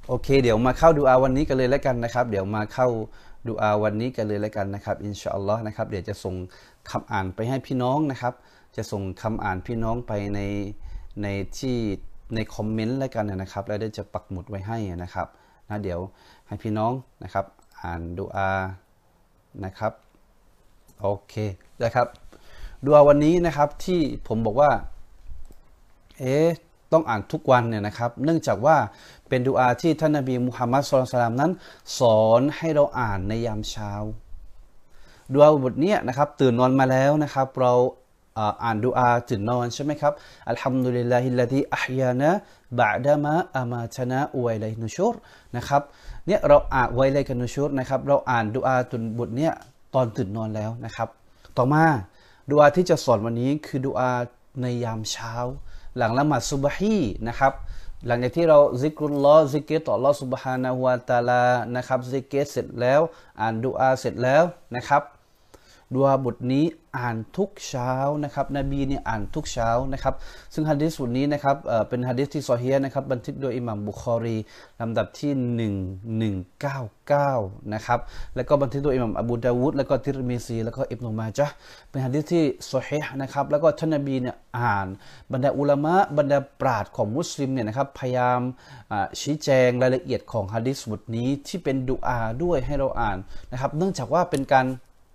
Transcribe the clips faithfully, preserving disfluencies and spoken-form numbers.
โอเคเดี๋ยวมาเข้าดูอาวันนี้กันเลยแล้วกันนะครับเดี๋ยวมาเข้าดูอาวันนี้กันเลยแล้วกันนะครับอินชาอัลลอฮ์นะครับเดี๋ยวจะส่งคำอ่านไปให้พี่น้องนะครับจะส่งคำอ่านพี่น้องไปในในที่ในคอมเมนต์แล้วกันนะครับแล้วเดี๋ยวจะปักหมุดไว้ให้นะครับนะเดี๋ยวให้พี่น้องนะครับอ่านดูอานะครับโอเคนะครับดูอาวันนี้นะครับที่ผมบอกว่าเอ๊ะต้องอ่านทุกวันเนี่ยนะครับเนื่องจากว่าเป็นดุอาที่ท่านนบีมุฮัมมัดศ็อลลัลลอฮุอะลัยฮิวะซัลลัมนั้นสอนให้เราอ่านในยามเช้าดุอาบทนี้นะครับตื่นนอนมาแล้วนะครับเราอ่านดุอาตื่นนอนใช่ไหมครับอัลฮัมดุลิลลาฮิลลาฮิอัฮยานะบะดะมะอามาตนะวะอิลัยฮินุชูรนะครับเนี่ยเราอ่านวะอิลัยฮินุชูรนะครับเราอ่านดุอาตุนบทเนี้ยตอนตื่นนอนแล้วนะครับต่อมาดุอาที่จะสอนวันนี้คือดุอาในยามเช้าหลังละหมาดซุบฮีนะครับหลังจากที่เราซิกรุลลอฮ์ซิกเกตต่ออัลลอฮ์ซุบฮานะฮูวะตะอาลานะครับซิกเกตเสร็จแล้วอ่านดุอาเสร็จแล้วนะครับดุอาบทนี้อ่านทุกเช้านะครับนบีเนี่ยอ่านทุกเช้านะครับซึ่งหะดีษบทนี้นะครับเอ่อเป็นหะดีษที่ซอฮีฮ์นะครับบันทึกโดยอิหม่ามบุคอรีลำดับที่หนึ่งพันหนึ่งร้อยเก้าสิบเก้านะครับแล้วก็บันทึกโดยอิหม่ามอบูดาวูดแล้วก็ติรมิซีแล้วก็อิบนุมาญะห์เป็นหะดีษที่ซอฮีฮ์นะครับแล้วก็ท่านนบีเนี่ยอ่านบรรดาอุลามะบรรดาปราชญ์ของมุสลิมเนี่ยนะครับพยายามชี้แจงรายละเอียดของหะดีษบทนี้ที่เป็นดุอาด้วยให้เราอ่านนะครับเนื่องจากว่าเป็นการ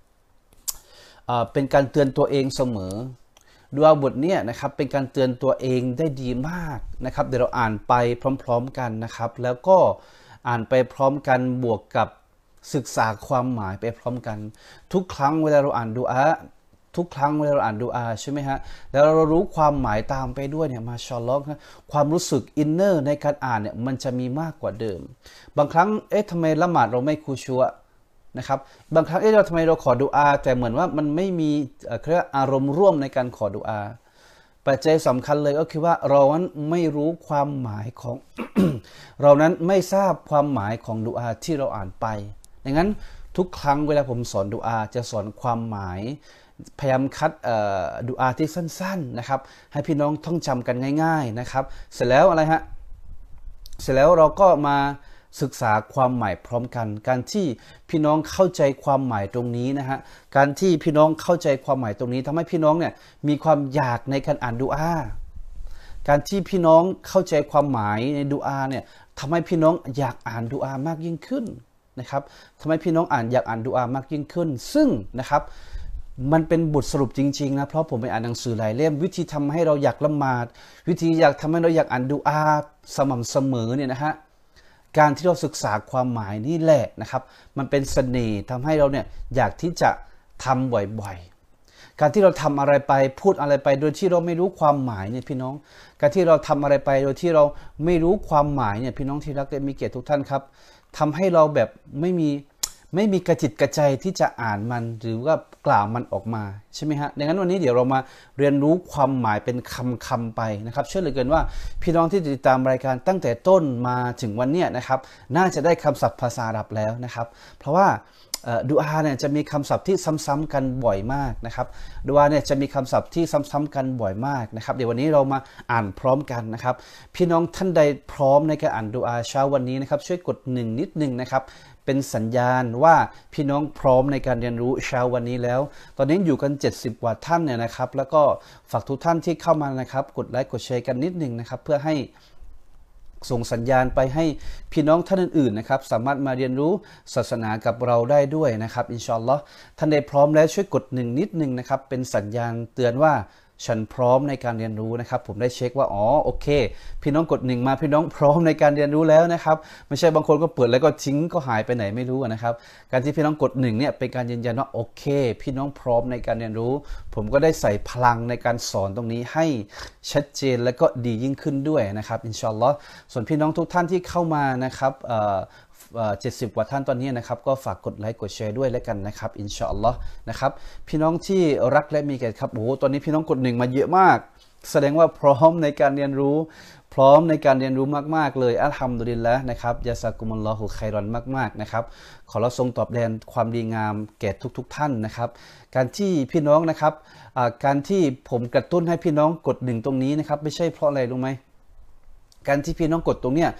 เป็นการเตือนตัวเองเสมอดุอาบทนี้นะครับเป็นการเตือนตัวเองได้ดีมากนะครับเดี๋ยวเราอ่านไปพร้อมๆกันนะครับแล้วก็อ่านไปพร้อมกันบวกกับศึกษาความหมายไปพร้อมกันทุกครั้งเวลาเราอ่านดุอาทุกครั้งเวลาเราอ่านดุอาใช่ไหมฮะแล้วเรารู้ความหมายตามไปด้วยเนี่ยมาชาอัลลอฮ์ความรู้สึกอินเนอร์ในการอ่านเนี่ยมันจะมีมากกว่าเดิมบางครั้งเอ๊ะทำไมละหมาดเราไม่คูชัวนะครับบางครั้งเอ๊ะเราทำไมเราขอดุอาแต่เหมือนว่ามันไม่มีเรียกอารมณ์ร่วมในการขอดุอาปัจจัยสำคัญเลยก็คือว่าเรานั้นไม่รู้ความหมายของ เรานั้นไม่ทราบความหมายของดุอาที่เราอ่านไปดังนั้นทุกครั้งเวลาผมสอนดุอาจะสอนความหมายพยายามคัดดุอาที่สั้นๆนะครับให้พี่น้องท่องจำกันง่ายๆนะครับเสร็จแล้วอะไรฮะเสร็จแล้วเราก็มาศึกษาความหมายพร้อมกันการที่พี่น้องเข้าใจความหมายตรงนี้นะฮะการที่พี่น้องเข้าใจความหมายตรงนี้ทำให้พี่น้องเนี่ยมีความอยากในการอ่านดุอาการที่พี่น้องเข้าใจความหมายในดุอาเนี่ยทำให้พี่น้องอยากอ่านดุอามากยิ่งขึ้นนะครับทำให้พี่น้องอ่านอยากอ่านดุอามากยิ่งขึ้นซึ่งนะครับมันเป็นบทสรุปจริงๆนะเพราะผมไปอ่านหนังสือหลายเล่มวิธีทำให้เราอยากละหมาดวิธีอยากทำให้เราอยากอ่านดุอาสม่ำเสมอเนี่ยนะฮะการที่เราศึกษาความหมายนี่แหละนะครับมันเป็นเสน่ห์ทำให้เราเนี่ยอยากที่จะทำบ่อยๆการที่เราทำอะไรไปพูดอะไรไปโดยที่เราไม่รู้ความหมายเนี่ยพี่น้องการที่เราทำอะไรไปโดยที่เราไม่รู้ความหมายเนี่ยพี่น้องที่รักและมีเกียรติทุกท่านครับทำให้เราแบบไม่มีไม่มีกระจิตกระใจที่จะอ่านมันหรือว่ากล่าวมันออกมาใช่ไหมฮะดังนั้นวันนี้เดี๋ยวเรามาเรียนรู้ความหมายเป็นคำคำไปนะครับเชื่อเหลือเกินว่าพี่น้องที่ติดตามรายการตั้งแต่ต้นมาถึงวันนี้นะครับน่าจะได้คำศัพท์ภาษาอาหรับแล้วนะครับเพราะว่าดุอาเนี่ยจะมีคำศัพท์ที่ซ้ำๆกันบ่อยมากนะครับดุอาเนี่ยจะมีคำศัพท์ที่ซ้ำๆกันบ่อยมากนะครับเดี๋ยววันนี้เรามาอ่านพร้อมกันนะครับพี่น้องท่านใดพร้อมในการอ่านดุอาเช้าวันนี้นะครับช่วยกดหนึ่งนิดนึงนะครับเป็นสัญญาณว่าพี่น้องพร้อมในการเรียนรู้เช้าวันนี้แล้วตอนนี้อยู่กันเจ็ดสิบกว่าท่านเนี่ยนะครับแล้วก็ฝากทุกท่านที่เข้ามานะครับกดไลค์กดแชร์กันนิดนึงนะครับเพื่อให้ส่งสัญญาณไปให้พี่น้องท่านอื่นๆนะครับสามารถมาเรียนรู้ศาสนากับเราได้ด้วยนะครับอินชาอัลลอฮ์ท่านใดพร้อมแล้วช่วยกดหนึ่งนิดนึงนะครับเป็นสัญญาณเตือนว่าฉันพร้อมในการเรียนรู้นะครับผมได้เช็คว่าอ๋อโอเคพี่น้องกดหนึ่งมาพี่น้องพร้อมในการเรียนรู้แล้วนะครับไม่ใช่บางคนก็เปิดแล้วก็ทิ้งก็หายไปไหนไม่รู้นะครับการที่พี่น้องกดหนึ่งเนี่ยเป็นการยืนยันว่าโอเคพี่น้องพร้อมในการเรียนรู้ผมก็ได้ใส่พลังในการสอนตรงนี้ให้ชัดเจนและก็ดียิ่งขึ้นด้วยนะครับอินชาอัลลอฮ์ส่วนพี่น้องทุกท่านที่เข้ามานะครับเจ็ดสิบกว่าท่านตอนนี้นะครับก็ฝากกดไลค์กดแชร์ด้วยแล้วกันนะครับอินชาอัลลอฮ์นะครับพี่น้องที่รักและมีเกียรติครับโอ้โหตอนนี้พี่น้องกดหนึ่งมาเยอะมากแสดงว่าพร้อมในการเรียนรู้พร้อมในการเรียนรู้มากๆเลยอัลฮัมดุลิลละห์นะครับยาซากุมุลลอฮุค็อยรอนมากๆนะครับขอเราทรงตอบแทนความดีงามแก่ทุกๆท่านนะครับการที่พี่น้องนะครับการที่ผมกระตุ้นให้พี่น้องกดหนึ่งตรงนี้นะครับไม่ใช่เพราะอะไรรู้ไหมการที่พี่น้องกดตรงเนี้ย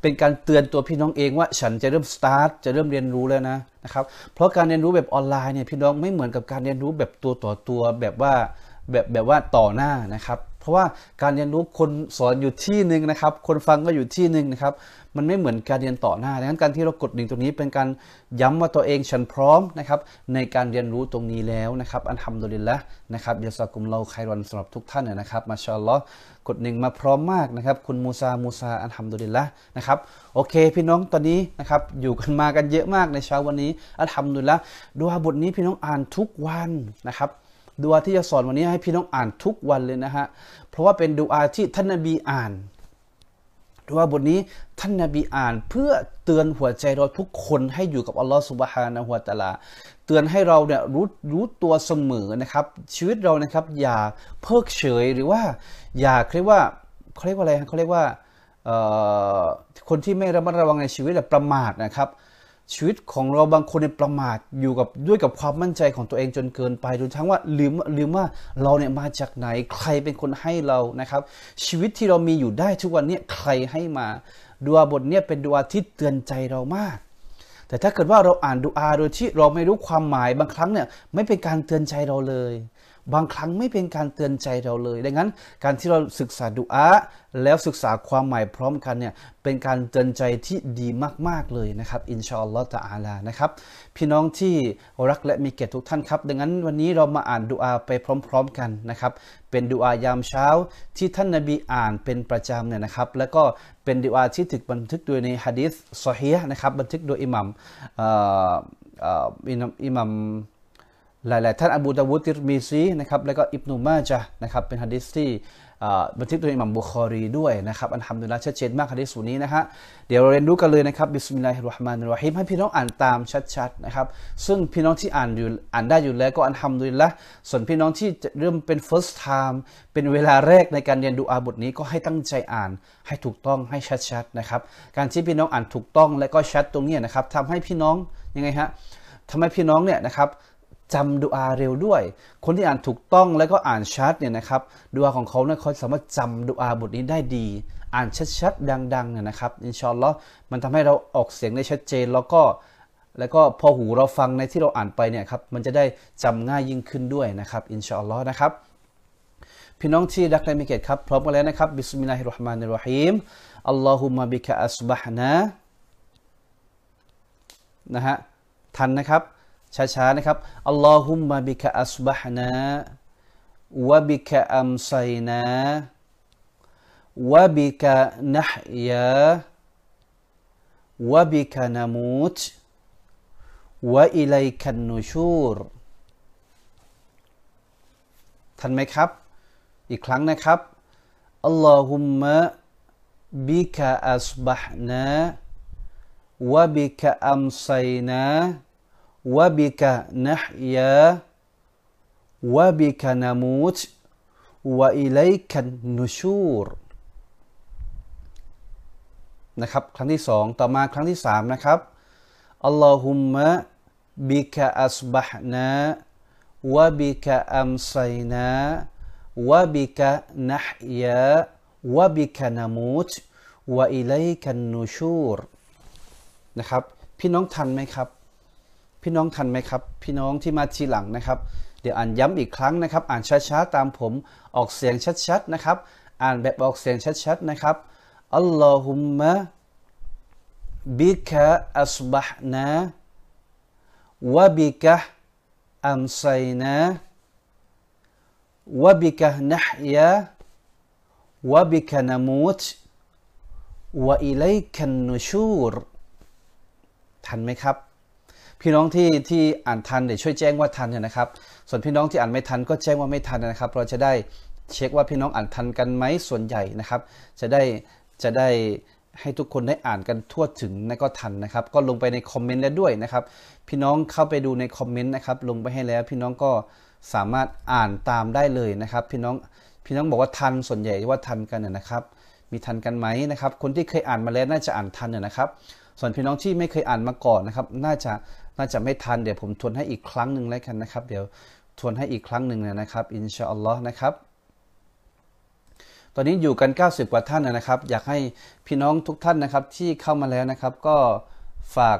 เป็นการเตือนตัวพี่น้องเองว่าฉันจะเริ่มสตาร์ทจะเริ่มเรียนรู้แล้วนะนะครับเพราะการเรียนรู้แบบออนไลน์เนี่ยพี่น้องไม่เหมือนกับการเรียนรู้แบบตัวต่อตัวแบบว่าแบบแบบว่าต่อหน้านะครับเพราะว่าการเรียนรู้คนสอนอยู่ที่หนึ่งนะครับคนฟังก็อยู่ที่หนึ่งนะครับมันไม่เหมือนการเรียนต่อหน้าดังนั้นการที่เรากดลิงก์ตรงนี้เป็นการย้ำว่าตัวเองฉันพร้อมนะครับในการเรียนรู้ตรงนี้แล้วนะครับอัลฮัมดุลิลละห์นะครับยะซากุมลอฮุค็อยรอนสำหรับทุกท่านนะครับมาชาอัลลอฮ์กดหนึ่งมาพร้อมมากนะครับคุณมูซามูซาอัลฮัมดุลิลละห์นะครับโอเคพี่น้องตอนนี้นะครับอยู่กันมากันเยอะมากในเช้าวันนี้อัลฮัมดุลิลละห์ดุอาบทนี้พี่น้องอ่านทุกวันนะครับดุอาที่จะสอนวันนี้ให้พี่น้องอ่านทุกวันเลยนะฮะเพราะว่าเป็นดุอาที่ท่านนบีอ่านดุอาบทนี้ท่านนบีอ่านเพื่อเตือนหัวใจเราทุกคนให้อยู่กับอัลลอฮฺซุบฮานะฮูวะตะอาลาเตือนให้เราเนี่ยรู้รู้ตัวเสมอนะครับชีวิตเรานะครับอย่าเพิกเฉยหรือว่าอย่าเรียกว่าเขาเรียกว่าอะไรเขาเรียกว่าคนที่ไม่ระมัดระวังในชีวิตแบบประมาทนะครับชีวิตของเราบางคนเนี่ยประมาทอยู่กับด้วยกับความมั่นใจของตัวเองจนเกินไปจนทั้งว่าลืมลืมว่าเราเนี่ยมาจากไหนใครเป็นคนให้เรานะครับชีวิตที่เรามีอยู่ได้ทุกวันนี้ใครให้มาดุอาบทเนี่ยเป็นดุอาที่เตือนใจเรามากแต่ถ้าเกิดว่าเราอ่านดุอาโดยที่เราไม่รู้ความหมายบางครั้งเนี่ยไม่เป็นการเตือนใจเราเลยบางครั้งไม่เป็นการเตือนใจเราเลยดังนั้นการที่เราศึกษาดุอาแล้วศึกษาความหมายพร้อมกันเนี่ยเป็นการเตือนใจที่ดีมากๆเลยนะครับอินชาอัลลอฮฺตะอาลานะครับพี่น้องที่รักและมีเกียรติทุกท่านครับดังนั้นวันนี้เรามาอ่านดุอาไปพร้อมๆกันนะครับเป็นดุอายามเช้าที่ท่านนบีอ่านเป็นประจำเนี่ยนะครับแล้วก็เป็นดุอาที่ถูกบันทึกโดยในหะดีษซอฮีฮ์นะครับบันทึกโดยอิหมัมอิหมัมหลายๆท่านอบูดาวูดติรมิซีนะครับแล้วก็อิบนุมาญะห์นะครับเป็นหะดีษที่บันทึกโดยอิหมัมบุคอรีด้วยนะครับอัลฮัมดุลิลละห์ชัดเจนมากหะดีษสูตรนี้นะฮะเดี๋ยวเราเรียนรู้กันเลยนะครับบิสมิลลาฮิรเราะห์มานิรเราะฮีมให้พี่น้องอ่านตามชัดๆนะครับซึ่งพี่น้องที่อ่านอยู่อ่านได้อยู่แล้วก็อัลฮัมดุลิลละห์ส่วนพี่น้องที่เริ่มเป็น first time เป็นเวลาแรกในการเรียนดุอาบทนี้ก็ให้ตั้งใจอ่านให้ถูกต้องให้ชัดๆนะครับการที่พี่น้องอ่านถูกต้องและก็ชัดตรงนี้นะครับทำให้พี่น้องยังไงฮะทำให้พี่น้องเนี่ยนะครับจำดุอาเร็วด้วยคนที่อ่านถูกต้องแล้วก็อ่านชัดเนี่ยนะครับดุอาของเขาเนี่ยเขาสามารถจำดุอาบทนี้ได้ดีอ่านชัดๆดังๆเนี่ยนะครับอินชาอัลลอฮ์มันทำให้เราออกเสียงได้ชัดเจนแล้วก็แล้วก็พอหูเราฟังในที่เราอ่านไปเนี่ยครับมันจะได้จำง่ายยิ่งขึ้นด้วยนะครับอินชาอัลลอฮ์นะครับพี่น้องที่รักและมีเกียรติครับพร้อมกันแล้วนะครับบิสมิลลาฮิรเราะห์มานิรเราะฮีมอัลลอฮุมะบิกะอัศบะฮ์นะนะฮะทันนะครับช้าๆนะครับอัลลอฮุมมะบิกะอัศบะฮ์นาวะบิกะอัมไซนาวะบิกะนะฮยาวะบิกะนะมูตวะอิลัยกันนุชูรทันไหมครับอีกครั้งนะครับอัลลอฮุมมะบิกะอัศบะฮ์นาวะบิกะอัมไซนาวะบิกะนะฮยาวะบิกะนะมูตวะอิลัยกันนุชูรนะครับครั้งที่สองต่อมาครั้งที่สามนะครับอัลลอฮุมมะบิกะอัศบะฮ์นาวะบิกะอัมไซนาวะบิกะนะฮยาวะบิกะนะมูตวะอิลัยกันนุชูรนะครับพี่น้องทันไหมครับพี่น้องทันไหมครับพี่น้องที่มาทีหลังนะครับเดี๋ยวอ่านย้ำอีกครั้งนะครับอ่านช้าๆตามผมออกเสียงชัดๆนะครับอ่านแบบออกเสียงชัดๆนะครับอัลลอฮุมมะบิกะอัศบะฮ์นาวะบิกะอัมไซนาวะบิกะนะฮยาวะบิกะนะมูตวะอิลัยกันนุชูรทันไหมครับพี่น้องที่ที่อ่านทันเดี๋ยวช่วยแจ้งว่าทันเนี่ยนะครับส่วนพี่น้องที่อ่านไม่ทันก็แจ้งว่าไม่ทันนะครับเราจะได้เช็คว่าพี่น้องอ่านทันกันไหมส่วนใหญ่นะครับจะได้จะได้ให้ทุกคนได้อ่านกันทั่วถึงและก็ทันนะครับก็ลงไปในคอมเมนต์แล้วด้วยนะครับพี่น้องเข้าไปดูในคอมเมนต์นะครับลงไปให้แล้วพี่น้องก็สามารถอ่านตามได้เลยนะครับพี่น้องพี่น้องบอกว่าทันส่วนใหญ่ว่าทันกันนะครับมีทันกันไหมนะครับคนที่เคยอ่านมาแล้วน่าจะอ่านทันนะครับส่วนพี่น้องที่ไม่เคยอ่านมาก่อนนะครับน่าจะน่าจะไม่ทันเดี๋ยวผมทวนให้อีกครั้งหนึ่งแล้วกันนะครับเดี๋ยวทวนให้อีกครั้งหนึ่งนะครับอินชาอัลลอฮ์นะครับตอนนี้อยู่กันเก้าสิบกว่าท่านนะครับอยากให้พี่น้องทุกท่านนะครับที่เข้ามาแล้วนะครับก็ฝาก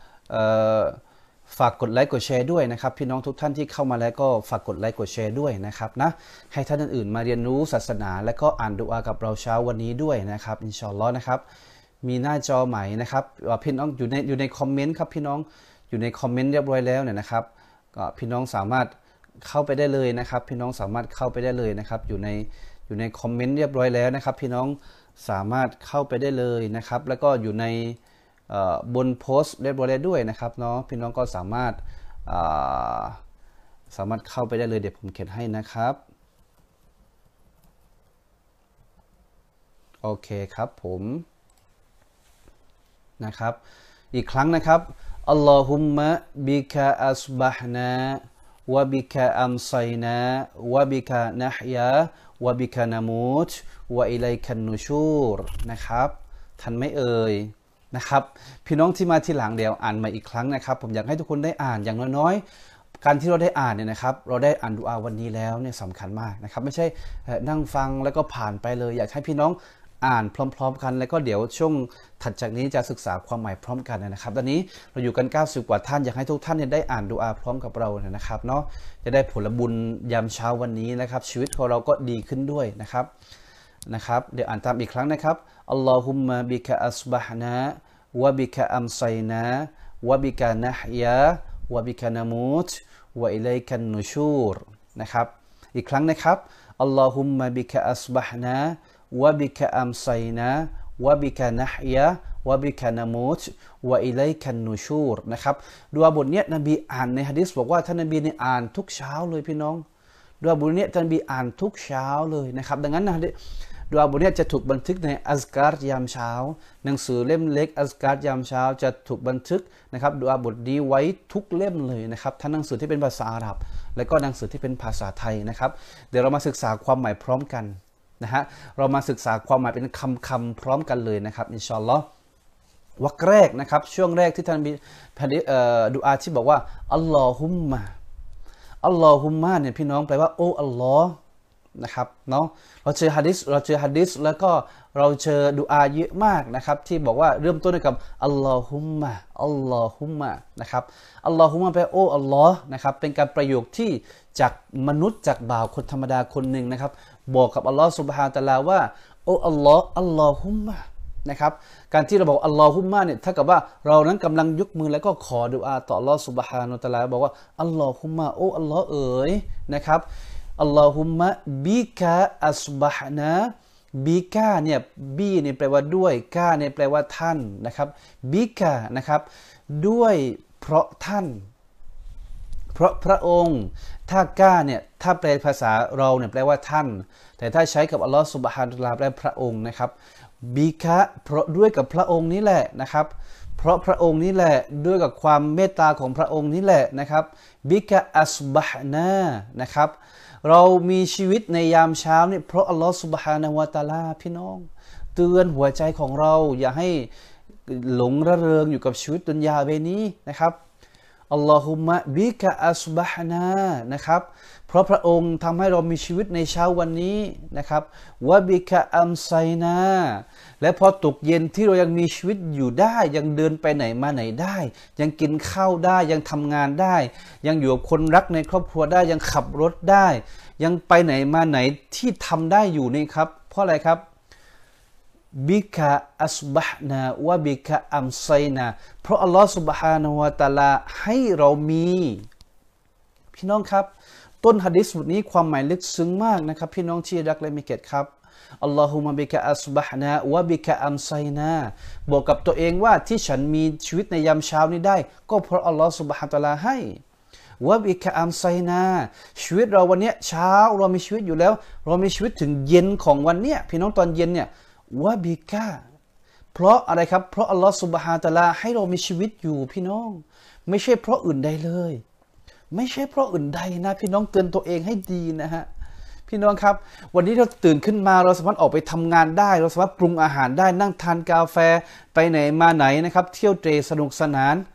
ฝากกดไลค์กดแชร์ด้วยนะครับพี่น้องทุกท่านที่เข้ามาแล้วก็ฝากกดไลค์กดแชร์ด้วยนะครับนะให้ท่านอื่นๆมาเรียนรู้ศาสนาและก็อ่านดุอากับเราเช้าวันนี้ด้วยนะครับอินชาอัลลอฮ์นะครับมีหน้าจอใหม่นะครับพี่น้องอยู่ในอยู่ในคอมเมนต์ครับพี่น้องอยู่ในคอมเมนต์เรียบร้อยแล้วเนี่ยนะครับก็พี่น้องสามารถเข้าไปได้เลยนะครับพี่น้องสามารถเข้าไปได้เลยนะครับอยู่ในอยู่ในคอมเมนต์เรียบร้อยแล้วนะครับพี่น้องสามารถเข้าไปได้เลยนะครับแล้วก็อยู่ในบนโพสต์เรียบร้อยแล้วด้วยนะครับเนาะพี่น้องก็สามารถสามารถเข้าไปได้เลยเดี๋ยวผมเขียนให้นะครับโอเคครับผมนะครับอีกครั้งนะครับอัลลอฮุมมะบิกะอัสบะฮ์นาวะบิกะอัมไซนาวะบิกะนะฮยาวะบิกะนะมูตวะอิลัยคันนูชูรนะครับทันไหมเอ่ยนะครับพี่น้องที่มาทีหลังเดี๋ยวอ่านมาอีกครั้งนะครับผมอยากให้ทุกคนได้อ่านอย่างน้อยๆการที่เราได้อ่านเนี่ยนะครับเราได้อ่านดุอาวันนี้แล้วเนี่ยสำคัญมากนะครับไม่ใช่นั่งฟังแล้วก็ผ่านไปเลยอยากให้พี่น้องอ่านพร้อมๆกันแล้วก็เดี๋ยวช่วงถัดจากนี้จะศึกษาความหมายพร้อมกันนะครับตอนนี้เราอยู่กันเก้าสิบกว่าท่านอยากให้ทุกท่านเนี่ยได้อ่านดุอาพร้อมกับเรานะครับเนาะจะได้ผลบุญยามเช้าวันนี้นะครับชีวิตของเราก็ดีขึ้นด้วยนะครับนะครับเดี๋ยวอ่านตามอีกครั้งนะครับอัลลอฮุมมะบิกะอัสบะฮ์นะวะบิกะอัมไซนะวะบิกะนะฮยาวะบิกะนะมูตวะอิลัยคันนูชูรนะครับอีกครั้งนะครับอัลลอฮุมมะบิกะอัสบะฮ์นะวะบิกะอัมไซนะวะบิกะนะฮยาวะบิกะนะมูตวะอิลัยคันนูชูรนะครับดุอาบทนี้นบีอ่านในหะดีษบอกว่าท่านนบีเนี่ยอ่านทุกเช้าเลยพี่น้องดุอาบทนี้ท่านนบีอ่านทุกเช้าเลยนะครับดังนั้นนะดุอาบทนี้จะถูกบันทึกในอัซการ์ยามเช้าหนังสือเล่มเล็กอัซการ์ยามเช้าจะถูกบันทึกนะครับดุอาบทนี้ไว้ทุกเล่มเลยนะครับทั้งหนังสือที่เป็นภาษาอาหรับและก็หนังสือที่เป็นภาษาไทยนะครับเดี๋ยวเรามาศึกษาความหมายพร้อมกันนะฮะเรามาศึกษาความหมายเป็นคำคำพร้อมกันเลยนะครับอินชาอัลลอฮ์วรรคแรกนะครับช่วงแรกที่ท่านมีดุอาที่บอกว่าอัลลอฮุมมะอัลลอฮุมมะเนี่ยพี่น้องแปลว่าโอ้อัลลอฮ์นะครับเนาะเราเจอฮะดิษเราเจอฮะดิษแล้วก็เราเจอดุอาเยอะมากนะครับที่บอกว่าเริ่มต้นด้วยกับอัลลอฮุมมะอัลลอฮุมมะนะครับอัลลอฮุมมะแปลโอ้อัลลอฮ์นะครับเป็นการประโยคที่จากมนุษย์จากบ่าวคนธรรมดาคนหนึ่งนะครับบอกกับอัลลอฮ์ซุบฮานะฮูวะตะอาลาว่าโอ้อัลลอฮ์อัลลอฮุมมะนะครับการที่เราบอกอัลลอฮุมมะเนี่ยเท่ากับว่าเรานั้นกำลังยกมือแล้วก็ขอดุอาต่ออัลลอฮ์ซุบฮานะฮูวะตะอาลาบอกว่าอัลลอฮุมมะโอ้อัลลอฮ์เอ๋ยนะครับอัลลอฮุมมะบิกะอัสบะฮ์นะบิกะเนี่ยบีเนี่ยแปลว่าด้วยกาเนี่ยแปลว่าท่านนะครับบิกะนะครับด้วยเพราะท่านเพราะพระองค์ถ้ากาเนี่ยถ้าแปลภาษาเราเนี่ยแปลว่าท่านแต่ถ้าใช้กับอัลลอฮฺซุบฮานะฮูวะตะอาลาแปลพระองค์นะครับบิกะเพราะด้วยกับพระองค์นี้แหละนะครับเพราะพระองค์นี้แหละด้วยกับความเมตตาของพระองค์นี้แหละนะครับบิกะอัสบะฮ์นะนะครับเรามีชีวิตในยามเช้านี่เพราะอัลลอฮฺซุบฮานะฮูวะตะอาลาพี่น้องเตือนหัวใจของเราอย่าให้หลงระเริงอยู่กับชีวิตดุนยาใบนี้นะครับอัลลอฮุมะบิกะอัสบะฮ์นานะครับเพราะพระองค์ทำให้เรามีชีวิตในเช้าวันนี้นะครับวะบิกะอัมไซนาและพอตกเย็นที่เรายังมีชีวิตอยู่ได้ยังเดินไปไหนมาไหนได้ยังกินข้าวได้ยังทำงานได้ยังอยู่กับคนรักในครอบครัวได้ยังขับรถได้ยังไปไหนมาไหนที่ทำได้อยู่นี่ครับเพราะอะไรครับบิกะอัสบะฮ์นาวะบิกะอัมไซนาเพราะอัลลอฮฺซุบฮานะฮูวะตะอาลาให้เรามีพี่น้องครับต้นหะดีษบทนี้ความหมายลึกซึ้งมากนะครับพี่น้องที่รักและมีเกียรติครับอัลลอฮุมะบิกะอัสบะฮ์นาวะบิกะอัมไซนาบอกกับตัวเองว่าที่ฉันมีชีวิตในยามเช้านี้ได้ก็เพราะอัลลอฮฺซุบฮานะฮูวะตะอาลาให้วะบิกะอัมไซนาชีวิตเราวันนี้เช้าเรามีชีวิตอยู่แล้วเรามีชีวิตถึงเย็นของวันเนี้ยพี่น้องตอนเย็นเนี่ยวะบิกะเพราะอะไรครับเพราะอัลลอฮฺซุบฮานะฮูวะตะอาลาให้เรามีชีวิตอยู่พี่น้องไม่ใช่เพราะอื่นใดเลยไม่ใช่เพราะอื่นใดนะพี่น้องเตือนตัวเองให้ดีนะฮะพี่น้องครับวันนี้เราตื่นขึ้นมาเราสามารถออกไปทำงานได้เราสามารถปรุงอาหารได้นั่งทานกาแฟไปไหนมาไหนนะครับเที่ยวเตร่สนุกสนาน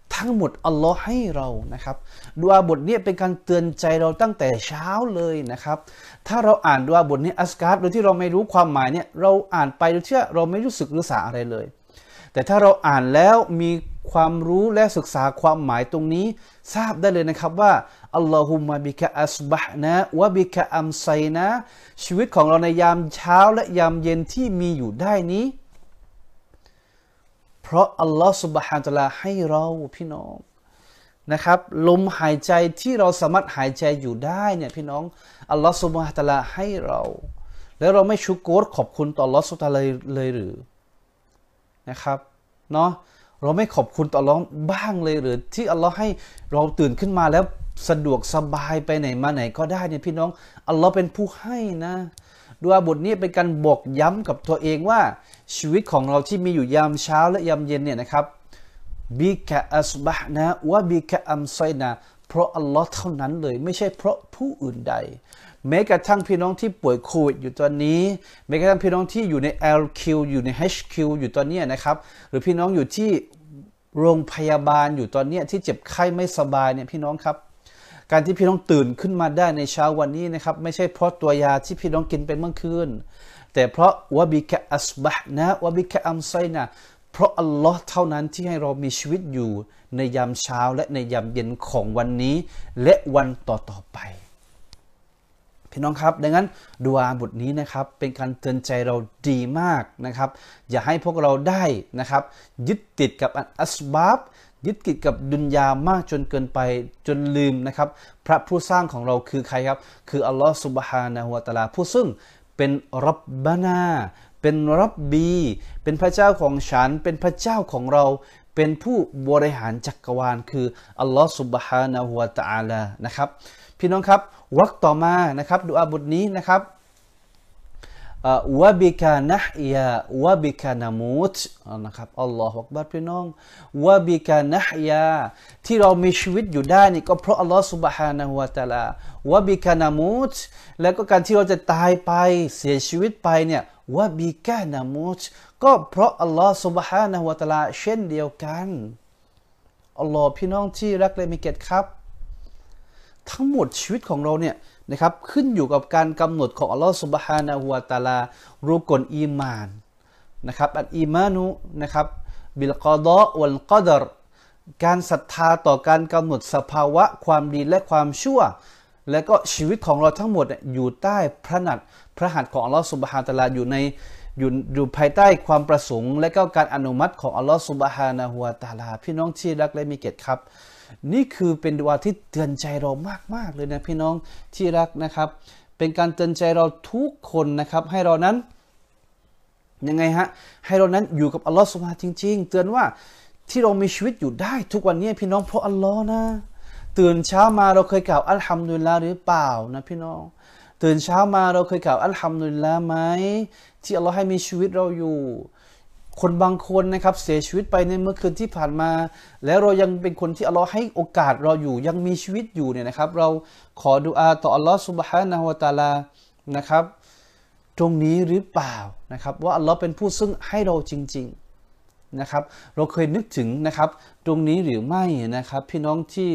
ทั้งหมดอัลลอฮ์ให้เรานะครับดุอาบทนี้เป็นการเตือนใจเราตั้งแต่เช้าเลยนะครับถ้าเราอ่านดุอาบทนี้อัสการ์โดยที่เราไม่รู้ความหมายเนี่ยเราอ่านไปโดยที่เราไม่รู้สึกรู้สาอะไรเลยแต่ถ้าเราอ่านแล้วมีความรู้และศึกษาความหมายตรงนี้ทราบได้เลยนะครับว่าอัลลอฮุมะบิกะอัสบะห์นะวะบิกะอัมไซนะชีวิตของเราในยามเช้าและยามเย็นที่มีอยู่ได้นี้เพราะอัลลอฮฺซุบฮานะฮูวะตะอาลาให้เราพี่น้องนะครับลมหายใจที่เราสามารถหายใจอยู่ได้เนี่ยพี่น้องอัลลอฮฺซุบฮานะฮูวะตะอาลาให้เราแล้วเราไม่ชุกรขอบคุณต่ออัลลอฮฺซุบฮานะฮูวะตะอาลาเลยเลยหรือนะครับเนาะเราไม่ขอบคุณต่ออัลลอฮ์บ้างเลยหรือที่อัลลอฮ์ให้เราตื่นขึ้นมาแล้วสะดวกสบายไปไหนมาไหนก็ได้เนี่ยพี่น้องอัลลอฮ์เป็นผู้ให้นะดุอาบทนี้เป็นการบอกย้ำกับตัวเองว่าชีวิตของเราที่มีอยู่ยามเช้าและยามเย็นเนี่ยนะครับบิกะอัสบะห์นะวะบิกะอัมไซนะเพราะอัลลอฮ์เท่านั้นเลยไม่ใช่เพราะผู้อื่นใดแม้กระทั่งพี่น้องที่ป่วยโควิดอยู่ตอนนี้แม้กระทั่งพี่น้องที่อยู่ใน แอล คิว อยู่ใน เอช คิว อยู่ตอนนี้นะครับหรือพี่น้องอยู่ที่โรงพยาบาลอยู่ตอนนี้ที่เจ็บไข้ไม่สบายเนี่ยพี่น้องครับการที่พี่น้องตื่นขึ้นมาได้ในเช้าวันนี้นะครับไม่ใช่เพราะตัวยาที่พี่น้องกินไปเมื่อคืนแต่เพราะวะบิกะอัสบะห์นะวะบิกะอัมไซนะเพราะอัลลอฮ์เท่านั้นที่ให้เรามีชีวิตอยู่ในยามเช้าและในยามเย็นของวันนี้และวันต่อๆไปพี่น้องครับดังนั้นดุอาบทนี้นะครับเป็นการเตือนใจเราดีมากนะครับอย่าให้พวกเราได้นะครับยึดติดกับอัสบาบยึดติดกับดุนยามากจนเกินไปจนลืมนะครับพระผู้สร้างของเราคือใครครับคืออัลลอฮฺซุบฮานะฮูวะตะอาลาผู้ซึ่งเป็นรับบานาเป็นรับบีเป็นพระเจ้าของฉันเป็นพระเจ้าของเราเป็นผู้บริหารจักรวาลคืออัลลอฮฺซุบฮานะฮูวะตะอาลานะครับพี่น้องครับวรรคต่อมานะครับดุอาบทนี้นะครับวะบิกานะฮยาวะบิกานามูตนะครับอัลลอฮฺอักบัรพี่น้องวะบิกานะฮยาที่เรามีชีวิตอยู่ได้นี่ก็เพราะอัลลอฮฺซุบฮานะฮูวะตะอาลาวะบิกานามูตแล้วก็การที่เราจะตายไปเสียชีวิตไปเนี่ยวะบิกานามูตก็เพราะอัลลอฮฺซุบฮานะฮูวะตะอาลาเช่นเดียวกันอัลลอฮฺพี่น้องที่รักและมีเกียรติครับทั้งหมดชีวิตของเราเนี่ยนะครับขึ้นอยู่กับการกำหนดของอัลลอฮฺซุบฮานะฮูวะตะอาลารุกลอีมานนะครับอัลอีมานุนะครับบิลกอฎอวัลกอดรการศรัทธาต่อการกำหนดสภาวะความดีและความชั่วและก็ชีวิตของเราทั้งหมดอยู่ใต้พระหัตถ์พระหัตถ์ของอัลลอฮฺซุบฮานะฮูวะตะอาลาอยู่ในอยู่อยู่ภายใต้ความประสงค์และก็การอนุมัติของอัลลอฮฺซุบฮานะฮูวะตะอาลาพี่น้องที่รักและมีเกียรติครับนี่คือเป็นดุอาที่เตือนใจเรามากๆเลยนะพี่น้องที่รักนะครับเป็นการเตือนใจเราทุกคนนะครับให้เรานั้นยังไงฮะให้เรานั้นอยู่กับอัลลอฮฺซุบฮานะฮูวะตะอาลาจริงๆเตือนว่าที่เรามีชีวิตอยู่ได้ทุกวันนี้พี่น้องเพราะอัลลอฮ์นะตื่นเช้ามาเราเคยกล่าวอัลฮัมดุลิลลาห์หรือเปล่านะพี่น้องตื่นเช้ามาเราเคยกล่าวอัลฮัมดุลิลลาห์ไหมที่อัลลอฮ์ให้มีชีวิตเราอยู่คนบางคนนะครับเสียชีวิตไปในเมื่อคืนที่ผ่านมาแล้วเรายังเป็นคนที่อัลลอฮ์ให้โอกาสเราอยู่ยังมีชีวิตอยู่เนี่ยนะครับเราขอดุอาต่ออัลลอฮ์ซุบฮานะฮูวะตะอาลานะครับตรงนี้หรือเปล่านะครับว่าอัลลอฮ์เป็นผู้ซึ่งให้เราจริงๆนะครับเราเคยนึกถึงนะครับตรงนี้หรือไม่นะครับพี่น้องที่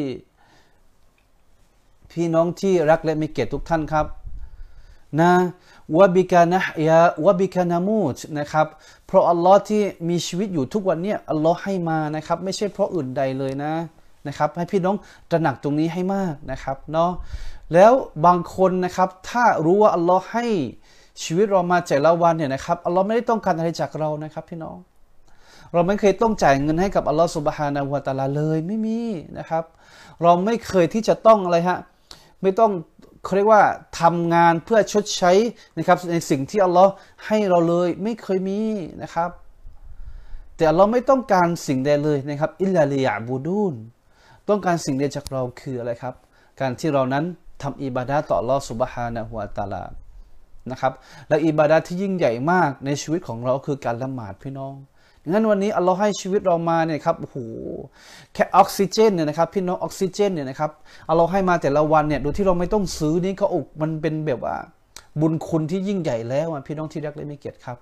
พี่น้องที่รักและมีเกียรติทุกท่านครับนะวะบิกานะฮยาวะบิกานามูตนะครับเพราะอัลลอฮ์ที่มีชีวิตอยู่ทุกวันนี้อัลลอฮ์ให้มานะครับไม่ใช่เพราะอื่นใดเลยนะนะครับให้พี่น้องตระหนักตรงนี้ให้มากนะครับเนาะแล้วบางคนนะครับถ้ารู้ว่าอัลลอฮ์ให้ชีวิตเรามาแต่ละวันเนี่ยนะครับอัลลอฮ์ไม่ได้ต้องการอะไรจากเรานะครับพี่น้องเราไม่เคยต้องจ่ายเงินให้กับอัลลอฮ์ซุบฮานะฮูวะตะอาลาเลยไม่มีนะครับเราไม่เคยที่จะต้องอะไรฮะไม่ต้องเขาเรียกว่าทำงานเพื่อชดใช้นะครับในสิ่งที่อัลลอฮ์ให้เราเลยไม่เคยมีนะครับแต่อัลลอฮ์ไม่ต้องการสิ่งใดเลยนะครับอิลลาลิยะบูดูนต้องการสิ่งเดียวจากเราคืออะไรครับการที่เรานั้นทำอิบาดะห์ต่ออัลลอฮ์ซุบฮานะฮูวะตะอาลานะครับและอิบาดะห์ที่ยิ่งใหญ่มากในชีวิตของเราคือการละหมาดพี่น้องงั้นวันนี้อัลลอฮ์ให้ชีวิตเรามาเนี่ยครับโอ้โหแค่ออกซิเจนเนี่ยนะครับพี่น้องออกซิเจนเนี่ยนะครับอัลลอฮ์ให้มาแต่ละวันเนี่ยโดยที่เราไม่ต้องซื้อนี่ก็อกมันเป็นแบบว่าบุญคุณที่ยิ่งใหญ่แล้วพี่น้องที่รักและมีเกียรติครับ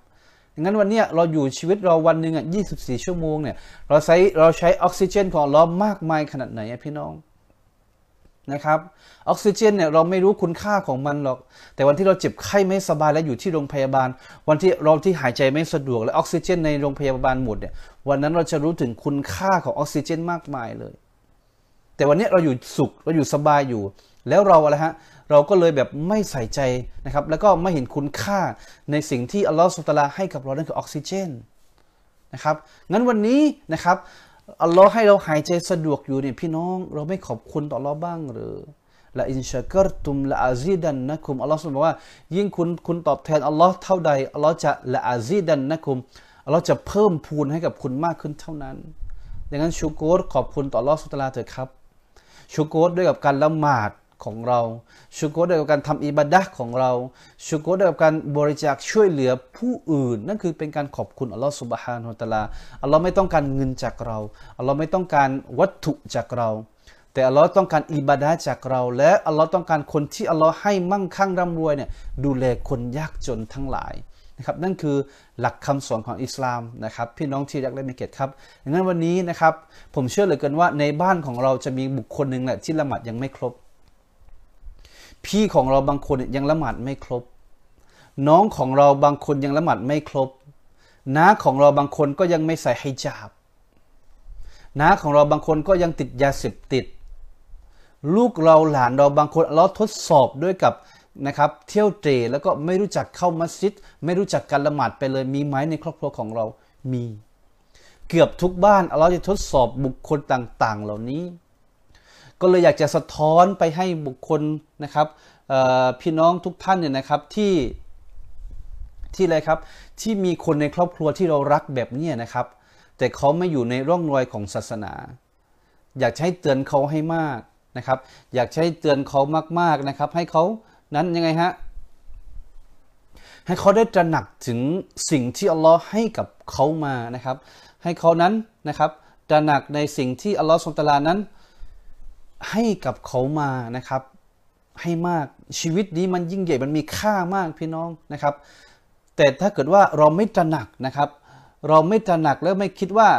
งั้นวันนี้เราอยู่ชีวิตเราวันหนึ่งอ่ะยี่สิบสี่ชั่วโมงเนี่ยเราใช้เราใช้ออกซิเจนของเรามากมายขนาดไหนอ่ะพี่น้องนะครับออกซิเจนเนี่ยเราไม่รู้คุณค่าของมันหรอกแต่วันที่เราเจ็บไข้ไม่สบายและอยู่ที่โรงพยาบาลวันที่เราที่หายใจไม่สะดวกและออกซิเจนในโรงพยาบาลหมดเนี่ยวันนั้นเราจะรู้ถึงคุณค่าของออกซิเจนมากมายเลยแต่วันนี้เราอยู่สุขเราอยู่สบายอยู่แล้วเราอะไรฮะเราก็เลยแบบไม่ใส่ใจนะครับแล้วก็ไม่เห็นคุณค่าในสิ่งที่อัลลอฮฺซุบฮานะฮูวะตะอาลาให้กับเรานั่นคือออกซิเจนนะครับงั้นวันนี้นะครับอัลลอฮ์ให้เราหายใจสะดวกอยู่เนี่ยพี่น้องเราไม่ขอบคุณต่ออัลลอฮ์บ้างหรือละอินชะกัรตุมละอาซีดันนะคุมอัลลอฮ์บอกว่ายิ่งคุณคุณตอบแทนอัลลอฮ์เท่าใดอัลลอฮ์จะละอาซีดันนะคุมอัลลอฮ์จะเพิ่มพูนให้กับคุณมากขึ้นเท่านั้นดังนั้นชูโกรขอบคุณต่ออัลลอฮ์ซุบฮานะฮูวะตะอาลาเถิดครับชูโกรด้วยกับการละหมาดของเราชูโกรด้วยกับการทำอิบาดะห์ของเราชูโกรด้วยกับการบริจาคช่วยเหลือผู้อื่นนั่นคือเป็นการขอบคุณอัลลอฮฺซุบฮานะฮูวะตะอาลาอัลลอฮ์ไม่ต้องการเงินจากเราอัลลอฮ์ไม่ต้องการวัตถุจากเราแต่อัลลอฮ์ต้องการอิบาดะห์จากเราและอัลลอฮ์ต้องการคนที่อัลลอฮ์ให้มั่งคั่งร่ำรวยเนี่ยดูแลคนยากจนทั้งหลายนะครับนั่นคือหลักคำสอนของอิสลามนะครับพี่น้องที่รักและมีเกียรติครับดังนั้นวันนี้นะครับผมเชื่อเหลือเกินว่าในบ้านของเราจะมีบุคคลหนึ่งแหละที่ละหมาดยังไม่ครบพี่ของเราบางคนยังละหมาดไม่ครบน้องของเราบางคนยังละหมาดไม่ครบน้าของเราบางคนก็ยังไม่ใส่ฮิญาบน้าของเราบางคนก็ยังติดยาเสพติดลูกเราหลานเราบางคนเราทดสอบด้วยกับนะครับเที่ยวเตร่แล้วก็ไม่รู้จักเข้ามัสยิดไม่รู้จักการละหมาดไปเลยมีไหมในครอบครัวของเรามีเกือบทุกบ้านเราจะทดสอบบุคคลต่างๆเหล่านี้ก็เลยอยากจะสะท้อนไปให้บุคคลนะครับพี่น้องทุกท่านเนี่ยนะครับที่ที่อะไรครับที่มีคนในครอบครัวที่เรารักแบบนี้นะครับแต่เขาไม่อยู่ในร่องรอยของศาสนาอยากให้เตือนเขาให้มากนะครับอยากให้เตือนเขามากๆนะครับให้เขานั้นยังไงฮะให้เขาได้ตระหนักถึงสิ่งที่อัลลอฮ์ให้กับเขามานะครับให้เขานั้นนะครับตระหนักในสิ่งที่อัลลอฮ์ซุบฮานะฮูวะตะอาลานั้นให้กับเขามานะครับให้มากชีวิตนี้มันยิ่งใหญ่มันมีค่ามากพี่น้องนะครับแต่ถ้าเกิดว่าเราไม่ตระหนักนะครับเราไม่ตระหนักแล้วไม่คิดว่า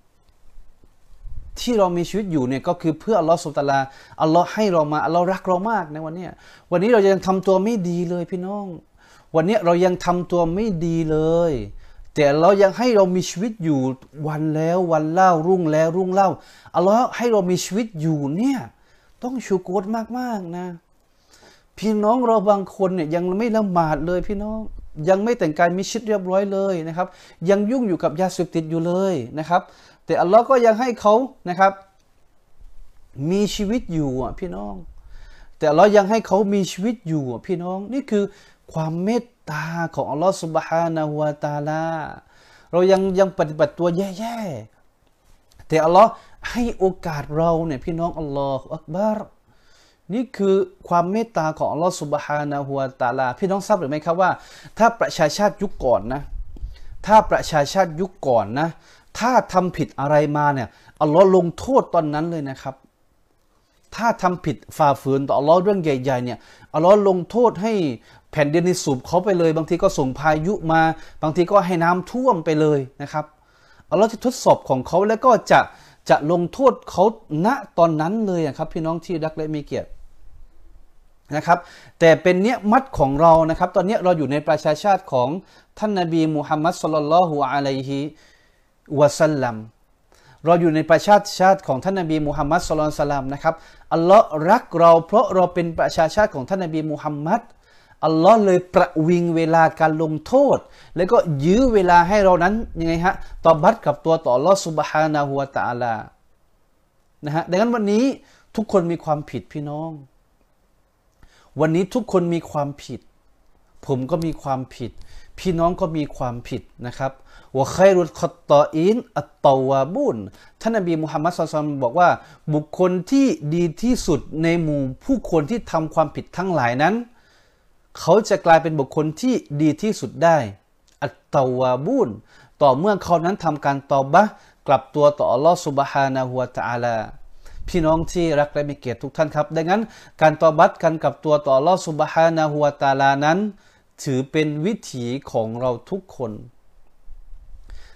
ที่เรามีชีวิตอยู่เนี่ยก็คือเพื่ออัลลอฮฺซุบฮานะฮูวะตะอาลาอัลลอฮ์ให้เรามาอัลลอฮ์รักเรามากในวันนี้วันนี้เรายังทำตัวไม่ดีเลยพี่น้องวันนี้เรายังทำตัวไม่ดีเลยแต่เรายังให้เรามีชีวิตอยู่วันแล้ววันเล่ารุ่งแล้วรุ่งเล่าอัลลอฮ์ให้เรามีชีวิตอยู่เนี่ยต้องชูโกรมากๆนะพี่น้องเราบางคนเนี่ยยังไม่ละหมาดเลยพี่น้องยังไม่แต่งกายมิชิดเรียบร้อยเลยนะครับยังยุ่งอยู่กับยาเสพติดอยู่เลยนะครับแต่อัลลอฮ์ก็ยังให้เขานะครับมีชีวิตอยู่อ่ะพี่น้องแต่อัลลอฮ์ยังให้เขามีชีวิตอยู่อ่ะพี่น้องนี่คือความเมตตาของอัลลอฮ์ซุบฮานะฮูวะตะอาลาเรายังยังปฏิบัติตัวแย่ๆแต่อัลลอฮ์ให้โอกาสเราเนี่ยพี่น้องอัลลอฮฺอักบารนี่คือความเมตตาของอัลลอฮฺซุบฮานะฮูวะตะอาลาพี่น้องทราบหรือไม่ครับว่าถ้าประชาชาติยุคก่อนนะถ้าประชาชาติยุคก่อนนะถ้าทำผิดอะไรมาเนี่ยอัลลอฮ์ลงโทษตอนนั้นเลยนะครับถ้าทำผิดฝ่าฝืนต่ออัลลอฮ์เรื่องใหญ่ๆเนี่ยอัลลอฮ์ลงโทษให้แผ่นดินในสูบเขาไปเลยบางทีก็ส่งพายุมาบางทีก็ให้น้ำท่วมไปเลยนะครับอัลลอฮ์จะทดสอบของเขาแล้วก็จะจะลงโทษเขาณตอนนั้นเลยครับพี่น้องที่รักและมีเกียรตินะครับแต่เป็นเนี้ยมัดของเรานะครับตอนนี้เราอยู่ในประชาชาติของท่านนบีมุฮัมมัดศ็อลลัลลอฮุอะลัยฮิวะซัลลัมเราอยู่ในประชาชาติของท่านนบีมุฮัมมัดศ็อลลัลลอฮุอะลัยฮิวะซัลลัมนะครับอัลลอฮ์รักเราเพราะเราเป็นประชาชาติของท่านนบีมุฮัมมัดอัลลอฮ์เลยประวิงเวลาการลงโทษแล้วก็ยื้อเวลาให้เรานั้นยังไงฮะตอบัตกับตัวต่ออัลลอฮ์ซุบฮานะฮูวะตะอาลานะฮะดังนั้นวันนี้ทุกคนมีความผิดพี่น้องวันนี้ทุกคนมีความผิดผมก็มีความผิดพี่น้องก็มีความผิดนะครับวะค็อยรุลค็อตตออีนอัตตอวาบุนท่านนบีมุฮัมมัดศ็อลลัลลอฮุอะลัยฮิวะซัลลัมบอกว่าบุคคลที่ดีที่สุดในหมู่ผู้คนที่ทำความผิดทั้งหลายนั้นเขาจะกลายเป็นบุคคลที่ดีที่สุดได้อัตตอวาบุนต่อเมื่อเขานั้นทำการตอบะห์กลับตัวต่ออัลลอฮฺซุบฮานะฮูวะตะอาลาพี่น้องที่รักและมีเกียรติทุกท่านครับดังนั้นการตอบัตกันกับตัวต่ออัลลอฮฺซุบฮานะฮูวะตะอาลานั้นถือเป็นวิถีของเราทุกคน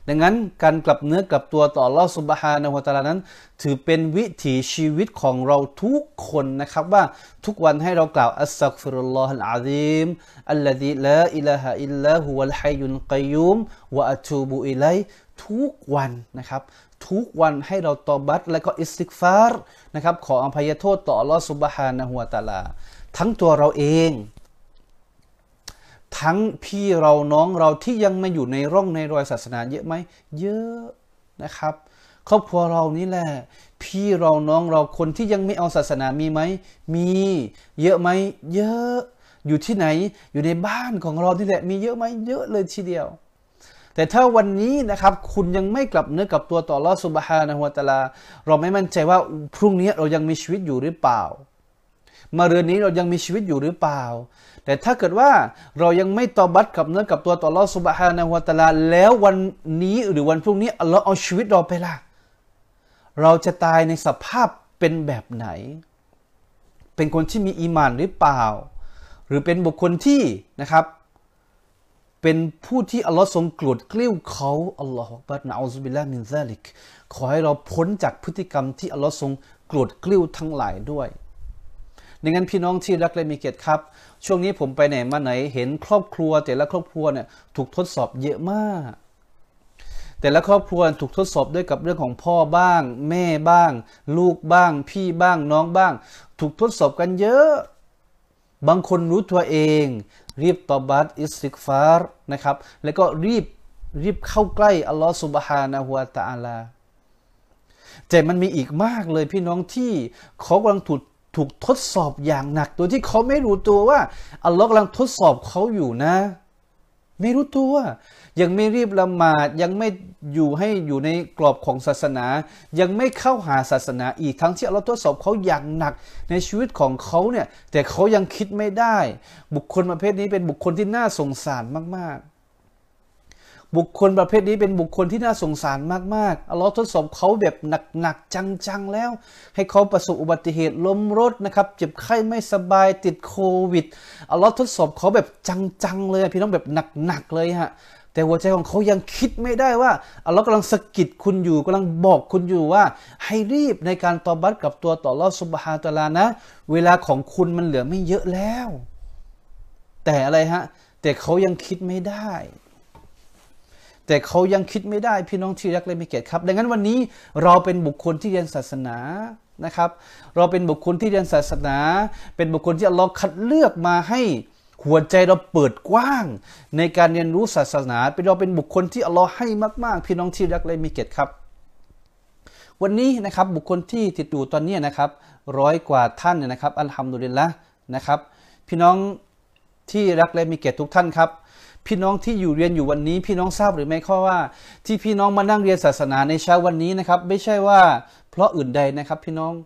ดังนั้นการกลับเนื้อกลับตัวต่ออัลลอฮฺซุบฮานะฮูวะตะอาลานั้นถือเป็นวิถีชีวิตของเราทุกคนนะครับว่าทุกวันให้เรากล่าวอัสซักฟิรุลลอฮุลอาซีมอัลลซีลาอิลาฮะอิลลาฮุวัลฮัยยุลกัยยุมวะอะตูบุอิลัยทุกวันนะครับทุกวันให้เราตอบัตและก็อิสติกฟารนะครับขออภัยโทษต่ออัลลอฮฺซุบฮานะฮูวะตะอาลาทั้งตัวเราเองทั้งพี่เราน้องเราที่ยังไม่อยู่ในร่องในรอยศาสนาเยอะไหมเยอะนะครับครอบครัวเรานี่แหละพี่เราน้องเราคนที่ยังไม่เอาศาสนามีไหมมีเยอะไหมเยอะอยู่ที่ไหนอยู่ในบ้านของเรานี่แหละมีเยอะไหมเยอะเลยทีเดียวแต่ถ้าวันนี้นะครับคุณยังไม่กลับเนื้อกลับตัวต่ออัลเลาะห์ซุบฮานะฮูวะตะอาลาเราไม่มั่นใจว่าพรุ่งนี้เรายังมีชีวิตอยู่หรือเปล่ามาเรือนนี้เรายังมีชีวิตอยู่หรือเปล่าแต่ถ้าเกิดว่าเรายังไม่ตอบัตกับเนื้อกับตัวต่ออัลเลาะห์ซุบฮานะฮูวะตะอาลาแล้ววันนี้หรือวันพรุ่งนี้อัลเลาะห์เอาชีวิตเราไปล่ะเราจะตายในสภาพเป็นแบบไหนเป็นคนที่มีอีหม่านหรือเปล่าหรือเป็นบุคคลที่นะครับเป็นผู้ที่อัลเลาะห์ทรงโกรธเกลี้ยวเขาอัลลอฮฺอักบัรนะอูซุบิลลาฮิมินซาลิกขอให้เราพ้นจากพฤติกรรมที่อัลเลาะห์ทรงโกรธเกลี้ยวทั้งหลายด้วยดังนั้นพี่น้องที่รักและมีเกียรติครับช่วงนี้ผมไปไหนมาไหนเห็นครอบครัวแต่ละครอบครัวเนี่ยถูกทดสอบเยอะมากแต่ละครอบครัวถูกทดสอบด้วยกับเรื่องของพ่อบ้างแม่บ้างลูกบ้างพี่บ้างน้องบ้างถูกทดสอบกันเยอะบางคนรู้ตัวเองรีบตอบัตอิสติกฟารนะครับแล้วก็รีบรีบเข้าใกล้อัลลอฮฺซุบฮานะฮูวะตะอาลาแต่มันมีอีกมากเลยพี่น้องที่เขากำลังถูกถูกทดสอบอย่างหนักโดยที่เขาไม่รู้ตัวว่าอัลลอฮ์กำลังทดสอบเขาอยู่นะไม่รู้ตัวยังไม่รีบละหมาดยังไม่อยู่ให้อยู่ในกรอบของศาสนายังไม่เข้าหาศาสนาอีกทั้งที่อัลลอฮ์ทดสอบเขาอย่างหนักในชีวิตของเขาเนี่ยแต่เขายังคิดไม่ได้บุคคลประเภทนี้เป็นบุคคลที่น่าสงสารมากๆบุคคลประเภทนี้เป็นบุคคลที่น่าสงสารมากๆอัลลอฮ์ทดสอบเขาแบบหนักๆจังๆแล้วให้เขาประสบอุบัติเหตุล้มรถนะครับเจ็บไข้ไม่สบายติดโควิดอัลลอฮ์ทดสอบเขาแบบจังๆเลยพี่น้องแบบหนักๆเลยฮะแต่หัวใจของเขายังคิดไม่ได้ว่าอัลลอฮ์กำลังสะกิดคุณอยู่กำลังบอกคุณอยู่ว่าให้รีบในการตอบัตกับตัวต่ออัลลอฮ์ซุบฮานะฮูวะตะอาลานะเวลาของคุณมันเหลือไม่เยอะแล้วแต่อะไรฮะแต่เขายังคิดไม่ได้แต่เขายังคิดไม่ได้พี่น้องที่รักและมีเกียรติครับดังนั้นวันนี้เราเป็นบุคคลที่เรียนศาสนานะครับเราเป็นบุคคลที่เรียนศาสนาเป็นบุคคลที่อัลเลาะห์คัดเลือกมาให้หัวใจเราเปิดกว้างในการเรียนรู้ศาสนาเป็นเราเป็นบุคคลที่อัลเลาะห์ให้มากๆพี่น้องที่รักและมีเกียรติครับวันนี้นะครับบุคคลที่ติดอยู่ตอนนี้นะครับร้อยกว่าท่านนะครับอัลฮัมดุลิลละห์นะครับพี่น้องที่รักและมีเกียรติทุกท่านครับพี่น้องที่อยู่เรียนอยู่วันนี้พี่น้องทราบหรือไม่ข้อว่าที่พี่น้องมานั่งเรียนศาสนาในเช้าวันนี้นะครับไม่ใช่ว่าเพราะอื่นใดนะครับพี่น้อง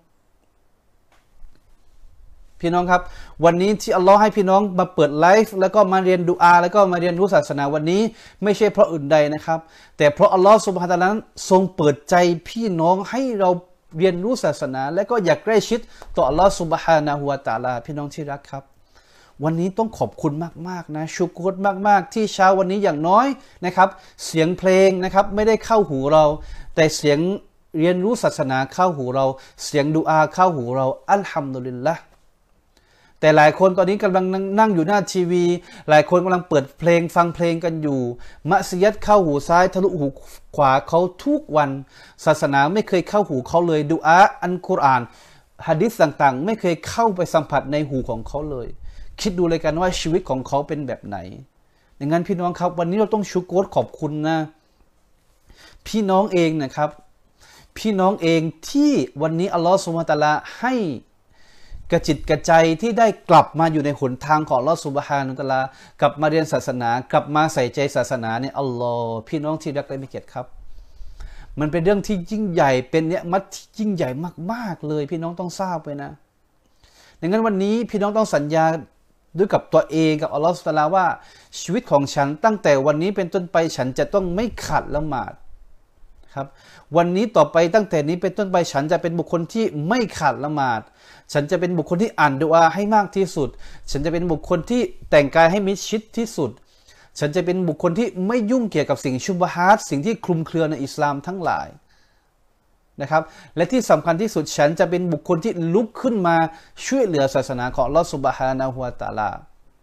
พี่น้องครับวันนี้ที่อัลลอฮ์ให้พี่น้องมาเปิดไลฟ์แล้วก็มาเรียนดุอาแล้วก็มาเรียนรู้ศาสนาวันนี้ไม่ใช่เพราะอื่นใดนะครับแต่เพราะอัลลอฮ์ซุบฮานะฮูวะตะอาลาทรงเปิดใจพี่น้องให้เราเรียนรู้ศาสนาและก็อยากใกล้ชิดต่ออัลลอฮ์ซุบฮานะฮูวะตะอาลาพี่น้องที่รักครับวันนี้ต้องขอบคุณมากๆนะชุกรมากๆที่เช้าวันนี้อย่างน้อยนะครับเสียงเพลงนะครับไม่ได้เข้าหูเราแต่เสียงเรียนรู้ศาสนาเข้าหูเราเสียงดุอาเข้าหูเราอัลฮัมดุลิลละห์แต่หลายคนตอนนี้กำลังนั่งอยู่หน้าทีวีหลายคนกำลังเปิดเพลงฟังเพลงกันอยู่มัสยิดเข้าหูซ้ายทะลุหูขวาเขาทุกวันศาสนาไม่เคยเข้าหูเขาเลยดุอาอัลกุรอานหะดีษต่างๆไม่เคยเข้าไปสัมผัสในหูของเขาเลยคิดดูเลยกันว่าชีวิตของเขาเป็นแบบไหนดังนั้นพี่น้องครับวันนี้เราต้องชุกรขอบคุณนะพี่น้องเองนะครับพี่น้องเองที่วันนี้อัลลอฮฺซุบฮานะฮูวะตะอาลาให้กระจิตกระใจที่ได้กลับมาอยู่ในหนทางของอัลลอฮฺซุบฮานะฮูวะตะอาลากลับมาเรียนศาสนากลับมาใส่ใจศาสนาเนี่ยอัลลอฮฺพี่น้องที่รักและมีเกียรติครับมันเป็นเรื่องที่ยิ่งใหญ่เป็นเนี่ยมัดที่ยิ่งใหญ่มากๆเลยพี่น้องต้องทราบไว้นะดังนั้นวันนี้พี่น้องต้องสัญญาด้วยกับตัวเองกับอัลลอฮฺซุบฮานะฮูวะตะอาลาว่าชีวิตของฉันตั้งแต่วันนี้เป็นต้นไปฉันจะต้องไม่ขาดละหมาดครับวันนี้ต่อไปตั้งแต่นี้เป็นต้นไปฉันจะเป็นบุคคลที่ไม่ขาดละหมาดฉันจะเป็นบุคคลที่อ่านดุอาให้มากที่สุดฉันจะเป็นบุคคลที่แต่งกายให้มิดชิดที่สุดฉันจะเป็นบุคคลที่ไม่ยุ่งเกี่ยวกับสิ่งชุบฮาตสิ่งที่คลุมเครือในอิสลามทั้งหลายนะครับและที่สำคัญที่สุดฉันจะเป็นบุคคลที่ลุกขึ้นมาช่วยเหลือศาสนาของอัลลอฮฺซุบฮานะฮูวะตะอาลา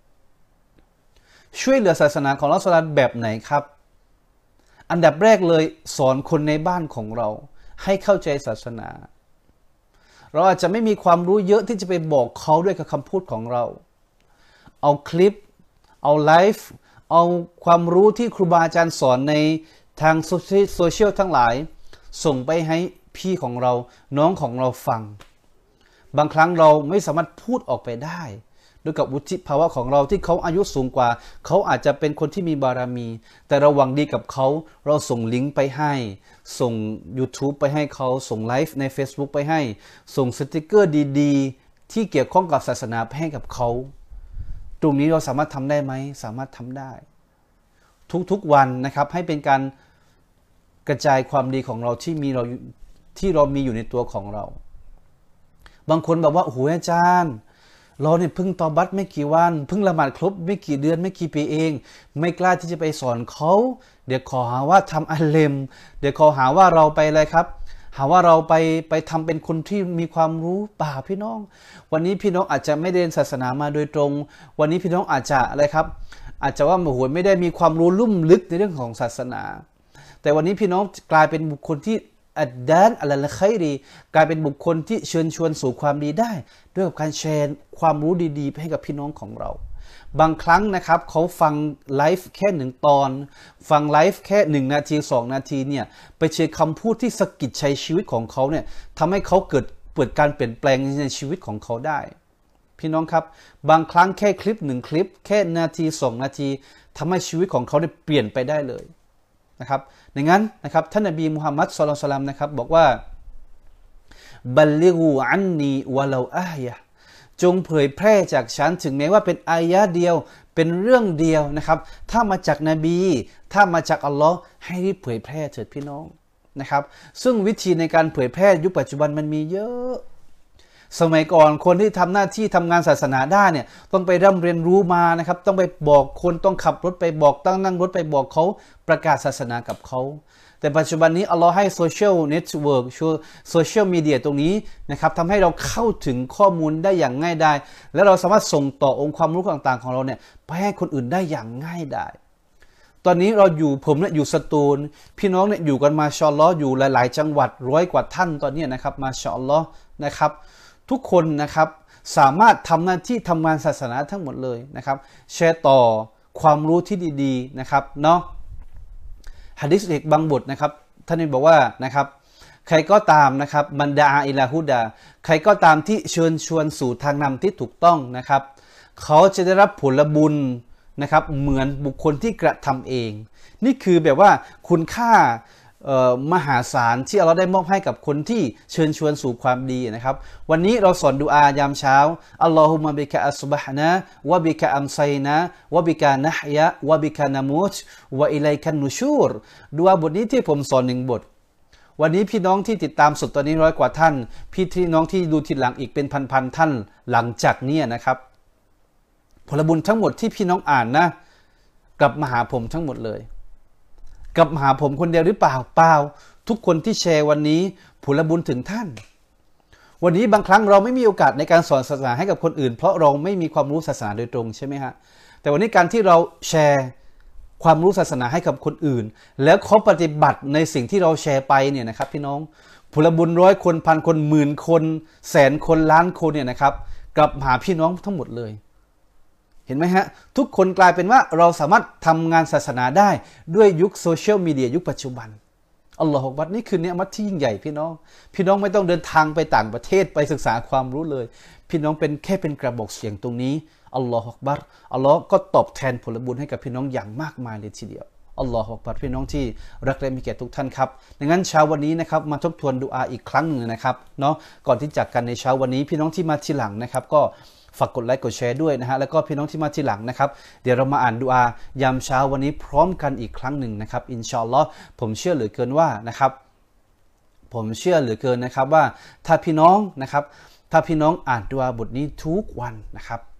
ช่วยเหลือศาสนาของอัลลอฮฺแบบไหนครับอันดับแรกเลยสอนคนในบ้านของเราให้เข้าใจศาสนาเราอาจจะไม่มีความรู้เยอะที่จะไปบอกเขาด้วยกับคำพูดของเราเอาคลิปเอาไลฟ์เอาความรู้ที่ครูบาอาจารย์สอนในทางโซเชียลทั้งหลายส่งไปให้พี่ของเราน้องของเราฟังบางครั้งเราไม่สามารถพูดออกไปได้ด้วยกับวุฒิภาวะของเราที่เขาอายุสูงกว่าเขาอาจจะเป็นคนที่มีบารมีแต่เราหวังดีกับเขาเราส่งลิงก์ไปให้ส่ง YouTube ไปให้เขาส่งไลฟ์ใน Facebook ไปให้ส่งสติกเกอร์ดีๆที่เกี่ยวข้องกับศาสนาไปให้กับเขาตรงนี้เราสามารถทำได้ไหมสามารถทำได้ทุกๆวันนะครับให้เป็นการกระจายความดีของเราที่มีเราที่เรามีอยู่ในตัวของเราบางคนบอกว่าโอ้โหอาจารย์เราเนี่ยเพิ่งตอบัตไม่กี่วันเพิ่งละหมาดครบไม่กี่เดือนไม่กี่ปีเองไม่กล้าที่จะไปสอนเขาเดี๋ยวขอหาว่าทำอัลเลมเดี๋ยวขอหาว่าเราไปอะไรครับหาว่าเราไปไปทำเป็นคนที่มีความรู้ป่าพี่น้องวันนี้พี่น้องอาจจะไม่เรียนศาสนามาโดยตรงวันนี้พี่น้องอาจจะอะไรครับอาจจะว่าโอ้โหไม่ได้มีความรู้ลุ่มลึกในเรื่องของศาสนาแต่วันนี้พี่น้องกลายเป็นบุคคลที่อัดดานอัลลอฮ์ดีกลายเป็นบุคคลที่เชิญชวนสู่ความดีได้ด้วยกับการแชร์ความรู้ดีๆให้กับพี่น้องของเราบางครั้งนะครับเขาฟังไลฟ์แค่หนึ่งตอนฟังไลฟ์แค่หนึ่งนาทีสองนาทีเนี่ยไปเชร์คำพูดที่สะกิดใจชีวิตของเขาเนี่ยทำให้เขาเกิดเปิดการเปลี่ยนแปลงในชีวิตของเขาได้พี่น้องครับบางครั้งแค่คลิปหนึ่งคลิปแค่นาทีสองนาทีทำให้ชีวิตของเขาได้เปลี่ยนไปได้เลยนะครับดังนั้นนะครับท่านนบีมุฮัมมัดศ็อลลัลลอฮุอะลัยฮิวะซัลลัมนะครับบอกว่าบัลลิกูอันนีวะลาอะฮยะจงเผยแพร่จากฉันถึงแม้ว่าเป็นอายะเดียวเป็นเรื่องเดียวนะครับถ้ามาจากนบีถ้ามาจากอัลลอฮ์ให้รีบเผยแพร่เถิดพี่น้องนะครับซึ่งวิธีในการเผยแพร่ยุคปัจจุบันมันมีเยอะสมัยก่อนคนที่ทำหน้าที่ทำงานศาสนาได้เนี่ยต้องไปร่ำเรียนรู้มานะครับต้องไปบอกคนต้องขับรถไปบอกตั้งนั่งรถไปบอกเขาประกาศศาสนากับเขาแต่ปัจจุบันนี้อัลลอฮ์ให้โซเชียลเน็ตเวิร์กโซเชียลมีเดียตรงนี้นะครับทำให้เราเข้าถึงข้อมูลได้อย่างง่ายดายและเราสามารถส่งต่อองค์ความรู้ต่างๆของเราเนี่ยไปให้คนอื่นได้อย่างง่ายดายตอนนี้เราอยู่ผมเนี่ยอยู่สตูลพี่น้องเนี่ยอยู่กันมาชาอัลลอฮ์อยู่หลายๆจังหวัดร้อยกว่าท่านตอนนี้นะครับมาชาอัลลอฮ์นะครับทุกคนนะครับสามารถทำหน้าที่ทำงานศาสนาทั้งหมดเลยนะครับแชร์ต่อความรู้ที่ดีๆนะครับเนาะหะดีษเอกบางบทนะครับท่านนี้บอกว่านะครับใครก็ตามนะครับบันดาอิลาฮุดาใครก็ตามที่เชิญชวนสู่ทางนำที่ถูกต้องนะครับเขาจะได้รับผลบุญนะครับเหมือนบุคคลที่กระทำเองนี่คือแบบว่าคุณค่ามหาศาลที่เราได้มอบให้กับคนที่เชิญชวนสู่ความดีนะครับวันนี้เราสอนดุอายามเช้าอัลลอฮุมะบิกะอัสบะฮ์นะวะบิกะอัมไซนะวะบิกะนะฮยะวะบิกะนะมูตวะอิลัยกันนุชูรดุอาบทนี้ที่ผมสอนหนึ่งบทวันนี้พี่น้องที่ติดตามสดตอนนี้ร้อยกว่าท่านพี่ที่น้องที่ดูทีหลังอีกเป็นพันๆท่านหลังจากนี้นะครับผลบุญทั้งหมดที่พี่น้องอ่านนะกลับมาหาผมทั้งหมดเลยกลับมาหาผมคนเดียวหรือเปล่าเปล่าทุกคนที่แชร์วันนี้ผลบุญถึงท่านวันนี้บางครั้งเราไม่มีโอกาสในการสอนศาสนาให้กับคนอื่นเพราะเราไม่มีความรู้ศาสนาโดยตรงใช่ไหมฮะแต่วันนี้การที่เราแชร์ความรู้ศาสนาให้กับคนอื่นแล้วเขาปฏิบัติในสิ่งที่เราแชร์ไปเนี่ยนะครับพี่น้องผลบุญร้อยคนพันคนหมื่นคนแสนคนล้านคนเนี่ยนะครับกลับหาพี่น้องทั้งหมดเลยเห็นไหมฮะทุกคนกลายเป็นว่าเราสามารถทำงานศาสนาได้ด้วยยุคโซเชียลมีเดียยุคปัจจุบันอัลลอฮฺอักบัรนี่คือเนืมัตที่ยิ่งใหญ่พี่น้องพี่น้องไม่ต้องเดินทางไปต่างประเทศไปศึกษาความรู้เลยพี่น้องเป็นแค่เป็นกระบอกเสียงตรงนี้อัลลอฮฺอักบัรอัลลอฮ์ก็ตอบแทนผลบุญให้กับพี่น้องอย่างมากมายเลยทีเดียวอัลลอฮฺอักบัรพี่น้องที่รักและมีเกียรติทุกท่านครับดังนั้นเช้าวันนี้นะครับมาทบทวนดุอาอีกครั้งหนึ่งนะครับเนาะก่อนที่จากกันในเช้าวันนี้พี่น้องที่มาทีหลังนะครับก็ฝากกดไลค์กดแชร์ด้วยนะฮะแล้วก็พี่น้องที่มาทีหลังนะครับเดี๋ยวเรามาอ่านดุอายามเช้าวันนี้พร้อมกันอีกครั้งหนึ่งนะครับอินชาอัลลอฮ์ผมเชื่อเหลือเกินว่านะครับผมเชื่อเหลือเกินนะครับว่าถ้าพี่น้องนะครับถ้าพี่น้องอ่านดุอาบทนี้ทุกวันนะครับ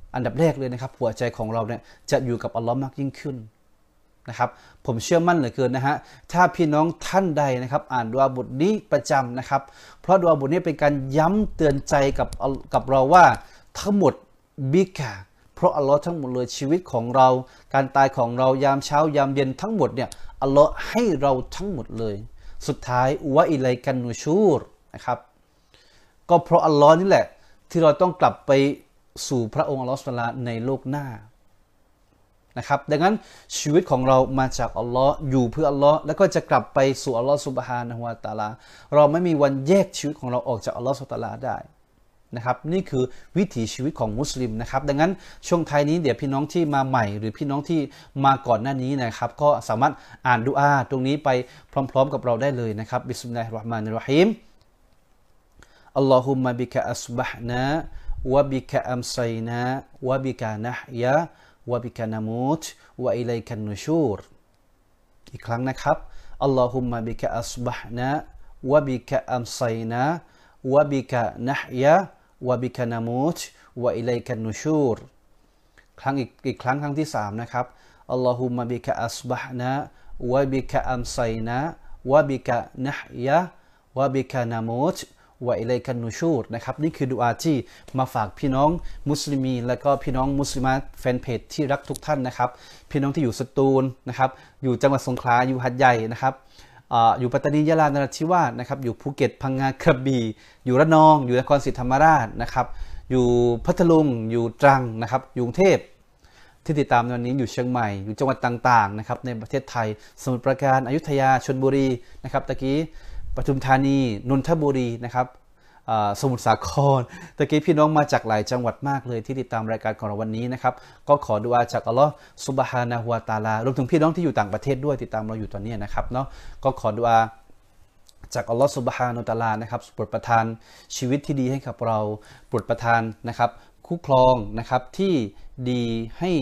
อันดับแรกเลยนะครับหัวใจของเราเนี่ยจะอยู่กับอัลลอฮ์มากยิ่งขึ้นนะครับผมเชื่อมั่นเหลือเกินนะฮะถ้าพี่น้องท่านใดนะครับอ่านดุอาบทนี้ประจำนะครับเพราะดุอาบทนี้เป็นการย้ำเตือนใจกับกับเราว่าทั้งหมดบิกะเพราะอัลลอฮ์ทั้งหมดเลยชีวิตของเราการตายของเรายามเช้ายามเย็นทั้งหมดเนี่ยอัลลอฮ์ให้เราทั้งหมดเลยสุดท้ายวะอิลัยกันนูชูรนะครับก็เพราะอัลลอฮ์นี่แหละที่เราต้องกลับไปสู่พระองค์อัลลอฮ์ซุบฮานะฮูวะตะอาลาในโลกหน้านะครับดังนั้นชีวิตของเรามาจากอัลลอฮ์อยู่เพื่ออัลลอฮ์แล้วก็จะกลับไปสู่อัลลอฮ์ซุบฮานะฮูวะตะอาลาเราไม่มีวันแยกชีวิตของเราออกจากอัลลอฮ์ซุบฮานะฮูวะตะอาลาได้นะครับนี่คือวิถีชีวิตของมุสลิมนะครับดังนั้นช่วงท้ายนี้เดี๋ยวพี่น้องที่มาใหม่หรือพี่น้องที่มาก่อนหน้านี้นะครับก็สามารถอ่านดุอาตรงนี้ไปพร้อมๆกับเราได้เลยนะครับบิสมิลลาฮิรเราะห์มานิรเราะฮีมอัลลอฮุมมะบิกะอัศบะฮ์นาวะบิกะอัมซัยนาวะบิกะนะฮยาวะบิกะนะมูตวะอิลัยกันนูชูรอีกครั้งนะครับอัลลอฮุมมะบิกะอัศบะฮ์นาวะบิกะอัมซัยนาวะบิกะนะฮยาวะบิกะนะมูตวะอิลัยกันนูชูรครั้งอีกอีกครั้งครั้งที่สามนะครับอัลลอฮุมมะบิกะอัศบะฮ์นาวะบิกะอัมซัยนาวะบิกะนะฮยาวะบิกะนะมูตวะอิลัยกันนูชูรนะครับนี่คือดุอาที่มาฝากพี่น้องมุสลิมีและก็พี่น้องมุสลิมะแฟนเพจที่รักทุกท่านนะครับพี่น้องที่อยู่สตูลนะครับอยู่จังหวัดสงขลาอยู่หัดใหญ่นะครับอยู่ปัตตานียะลานราธิวาสนะครับอยู่ภูเก็ตพังงากระบี่อยู่ระนองอยู่นครศรีธรรมราชนะครับอยู่พัทลุงอยู่ตรังนะครับอยู่กรุงเทพที่ติดตามในวันนี้อยู่เชียงใหม่อยู่จังหวัดต่างๆนะครับในประเทศไทยสมุทรปราการอยุธยาชลบุรีนะครับตะกี้ปทุมธานีนนทบุรีนะครับสมุทรสาครตะกี้พี่น้องมาจากหลายจังหวัดมากเลยที่ติดตามรายการของเราวันนี้นะครับก็ขอดุอาจากอัลลอฮ์ซุบฮานะฮูวะตะอาลารวมถึงพี่น้องที่อยู่ต่างประเทศด้วยติดตามเราอยู่ตอนนี้นะครับเนาะก็ขอดุอาจากอัลลอฮ์ซุบฮานะฮูวะตะอาลานะครับโปรดประทานชีวิตที่ดีให้กับเราโปรดประทานนะครับคุ้มครองนะครับที่ดีให้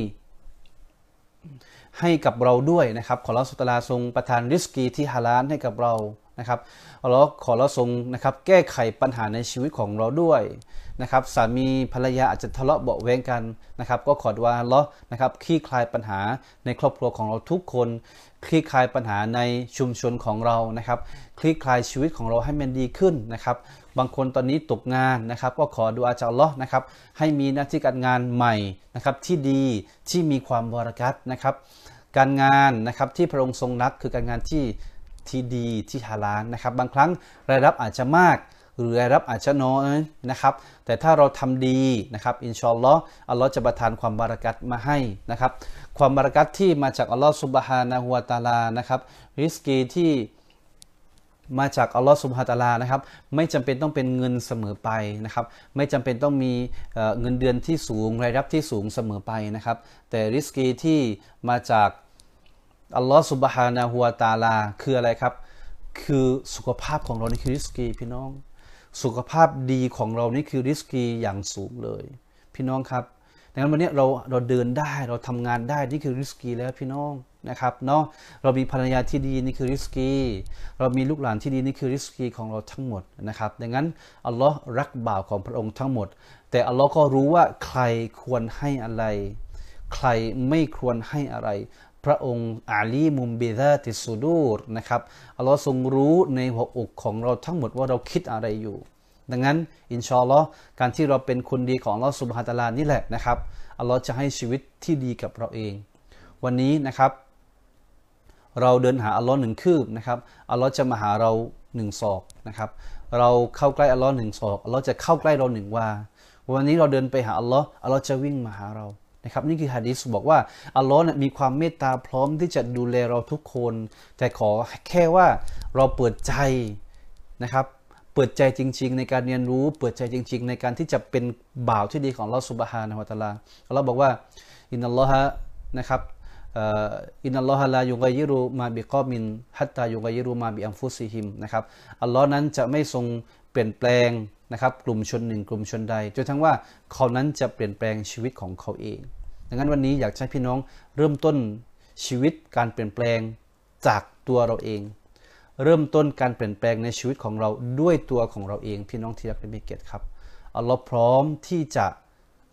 ให้กับเราด้วยนะครับขออัลลอฮ์ซุบฮานะฮูวะตะอาลาทรงประทานริสกีที่ฮาลาลให้กับเรานะครับอัลลอฮ์ขอเราทรงนะครับแก้ไขปัญหาในชีวิตของเราด้วยนะครับสามีภรรยาอาจจะทะเลาะเบาะแว้งกันนะครับก็ขอดุอาอัลลอฮ์นะครับคลี่คลายปัญหาในครอบครัวของเราทุกคนคลี่คลายปัญหาในชุมชนของเรานะครับคลี่คลายชีวิตของเราให้มันดีขึ้นนะครับบางคนตอนนี้ตกงานนะครับก็ขอดุอาจากอัลลอฮ์นะครับให้มีหน้าที่การงานใหม่นะครับที่ดีที่มีความบารักัตนะครับการงานนะครับที่พระองค์ทรงรักคือการงานที่ที่ดีที่ฮาลาลนะครับบางครั้งรายรับอาจจะมากหรือรายรับอาจจะน้อยนะครับแต่ถ้าเราทำดีนะครับอินชาอัลลอฮ์อัลลอฮ์จะประทานความบารักัตมาให้นะครับความบารักัตที่มาจากอัลลอฮ์ซุบฮานะฮูวะตะอาลานะครับริสกีที่มาจากอัลลอฮ์ซุบฮานะฮูวะตะอาลานะครับไม่จำเป็นต้องเป็นเงินเสมอไปนะครับไม่จำเป็นต้องมีเงินเดือนที่สูงรายรับที่สูงเสมอไปนะครับแต่ริสกีที่มาจากอัลลอฮ์ซุบฮานะฮูวะตะอาลาคืออะไรครับคือสุขภาพของเรานี่คือริสกีพี่น้องสุขภาพดีของเรานี่คือริสกีอย่างสูงเลยพี่น้องครับดังนั้นวันนี้เราเราเดินได้เราทำงานได้นี่คือริสกีแล้วพี่น้องนะครับเนาะเรามีภรรยาที่ดีนี่คือริสกีเรามีลูกหลานที่ดีนี่คือริสกีของเราทั้งหมดนะครับดังนั้นอัลลอฮ์รักบ่าวของพระองค์ทั้งหมดแต่อัลลอฮ์ก็รู้ว่าใครควรให้อะไรใครไม่ควรให้อะไรพระองค์อาลีมุมบิซาติสุดูรนะครับอัลลอฮ์ทรงรู้ในหัวอกของเราทั้งหมดว่าเราคิดอะไรอยู่ดังนั้นอินชาอัลลอฮ์การที่เราเป็นคนดีของอัลลอฮ์ซุบฮานะฮูวะตะอาลานี่แหละนะครับอัลลอฮ์จะให้ชีวิตที่ดีกับเราเองวันนี้นะครับเราเดินหาอัลลอฮ์หนึ่งคืบนะครับอัลลอฮ์จะมาหาเราหนึ่งศอกนะครับเราเข้าใกล้อัลลอฮ์หนึ่งศอกอัลลอฮ์จะเข้าใกล้เราหนึ่งวาวันนี้เราเดินไปหาอัลลอฮ์อัลลอฮ์จะวิ่งมาหาเรานะครับนี่คือหะดีษบอกว่าอัลลอฮ์มีความเมตตาพร้อมที่จะดูแลเราทุกคนแต่ขอแค่ว่าเราเปิดใจนะครับเปิดใจจริงๆในการเรียนรู้เปิดใจจริงๆในการที่จะเป็นบ่าวที่ดีของอัลลอฮ์ซุบฮานะฮูวะตะอาลาอัลลอฮ์บอกว่าอินนัลลอฮะนะครับอินนัลลอฮะลายุกัยยิรุมาบิกอมินฮัตตายุกัยยิรุมาบิอัมฟุซิฮิมนะครับอัลลอฮ์นั้นจะไม่ทรงเปลี่ยนแปลงนะครับกลุ่มชนหนึ่งกลุ่มชนใดจนทั้งว่าเขานั้นจะเปลี่ยนแปลงชีวิตของเขาเองดังนั้นวันนี้อยากให้พี่น้องเริ่มต้นชีวิตการเปลี่ยนแปลงจากตัวเราเองเริ่มต้นการเปลี่ยนแปลงในชีวิตของเราด้วยตัวของเราเองพี่น้องที่รักและมีเกียรติครับอัลลอฮ์พร้อมที่จะรับ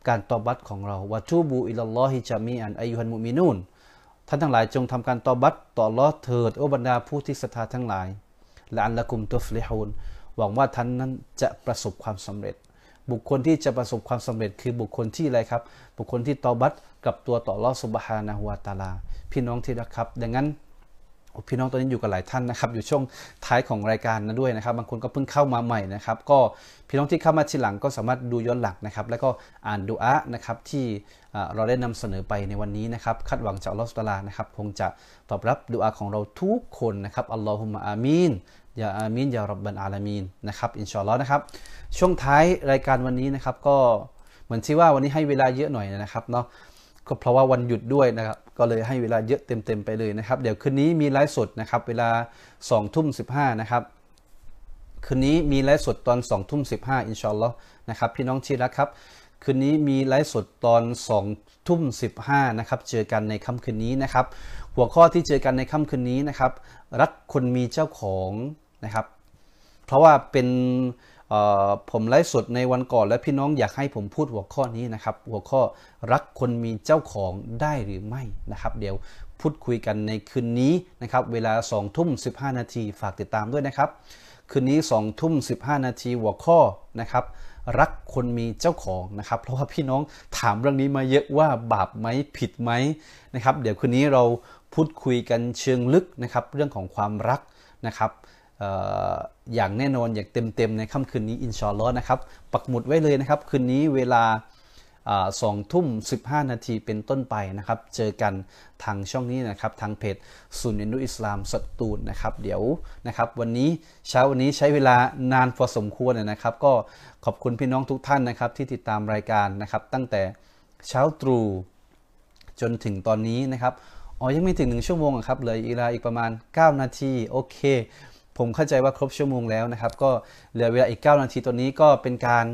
การตอบัตของเราวะตูบูอิลลัลลอฮิจามีอันอายุฮันมุมินูนท่านทั้งหลายจงทำการตอบัตต่ออัลเลาะห์เถิดโอ้บรรดาผู้ที่ศรัทธาทั้งหลายละอัลละกุมตุฟลิฮูนหวังว่าท่านนั้นจะประสบความสำเร็จบุคคลที่จะประสบความสำเร็จคือบุคคลที่อะไรครับบุคคลที่ตอบัตกับตัวต่ออัลเลาะห์ซุบฮานะฮูวะตะอาลาพี่น้องที่รักครับดังนั้นพี่น้องตอนนี้อยู่กับหลายท่านนะครับอยู่ช่วงท้ายของรายการนะด้วยนะครับบางคนก็เพิ่งเข้ามาใหม่นะครับก็พี่น้องที่เข้ามาทีหลังก็สามารถดูย้อนหลังนะครับแล้วก็อ่านดุอานะครับที่เราได้นำเสนอไปในวันนี้นะครับคาดหวังจากอัลเลาะห์ซุบฮานะฮูวะตะอาลานะครับคงจะตอบรับดุอาของเราทุกคนนะครับอัลลอฮุมะอามีนยาอามีนยาร็อบบัลอาลามีนนะครับอินชาอัลลอฮ์นะครับช่วงท้ายรายการวันนี้นะครับก็เหมือนที่ว่าวันนี้ให้เวลาเยอะหน่อยนะครับเนาะก็เพราะว่าวันหยุดด้วยนะครับก็เลยให้เวลาเยอะเต็มๆไปเลยนะครับเดี๋ยวคืนนี้มีไลฟ์สดนะครับเวลาสองทุ่มสิบห้านะครับคืนนี้มีไลฟ์สดตอนสองทุ่มสิบห้าอินชาอัลลอฮ์นะครับพี่น้องที่รักครับคืนนี้มีไลฟ์สดตอนสองทุ่มสิบห้านะครับเจอกันในค่ำคืนนี้นะครับหัวข้อที่เจอกันในค่ำคืนนี้นะครับรักคนมีเจ้าของนะครับเพราะว่าเป็นผมไลฟ์สดในวันก่อนและพี่น้องอยากให้ผมพูดหัวข้อนี้นะครับหัวข้อรักคนมีเจ้าของได้หรือไม่นะครับเดี๋ยวพูดคุยกันในคืนนี้นะครับเวลาสองทุ่มสิบห้านาทีฝากติดตามด้วยนะครับคืนนี้สองทุ่มสิบห้านาทีหัวข้อนะครับรักคนมีเจ้าของนะครับเพราะว่าพี่น้องถามเรื่องนี้มาเยอะว่าบาปไหมผิดไหมนะครับเดี๋ยวคืนนี้เราพูดคุยกันเชิงลึกนะครับเรื่องของความรักนะครับอย่างแน่นอนอย่างเต็มๆในค่ำคืนนี้อินชาอัลลอฮ์นะครับปักหมุดไว้เลยนะครับคืนนี้เวลาสองทุ่มสิบห้านาทีเป็นต้นไปนะครับเจอกันทางช่องนี้นะครับทางเพจซุนนุอิสลามสตูลนะครับเดี๋ยวนะครับวันนี้เช้าวันนี้ใช้เวลานานพอสมควรนะครับก็ขอบคุณพี่น้องทุกท่านนะครับที่ติดตามรายการนะครับตั้งแต่เช้าตรู่จนถึงตอนนี้นะครับอ๋อยังไม่ถึงหนึ่งชั่วโมงครับเลยอีกอีกประมาณเก้านาทีโอเคผมเข้าใจว่าครบชั่วโมงแล้วนะครับก็เหลือเวลาอีกเก้านาทีตัวนี้ก็เป็นการ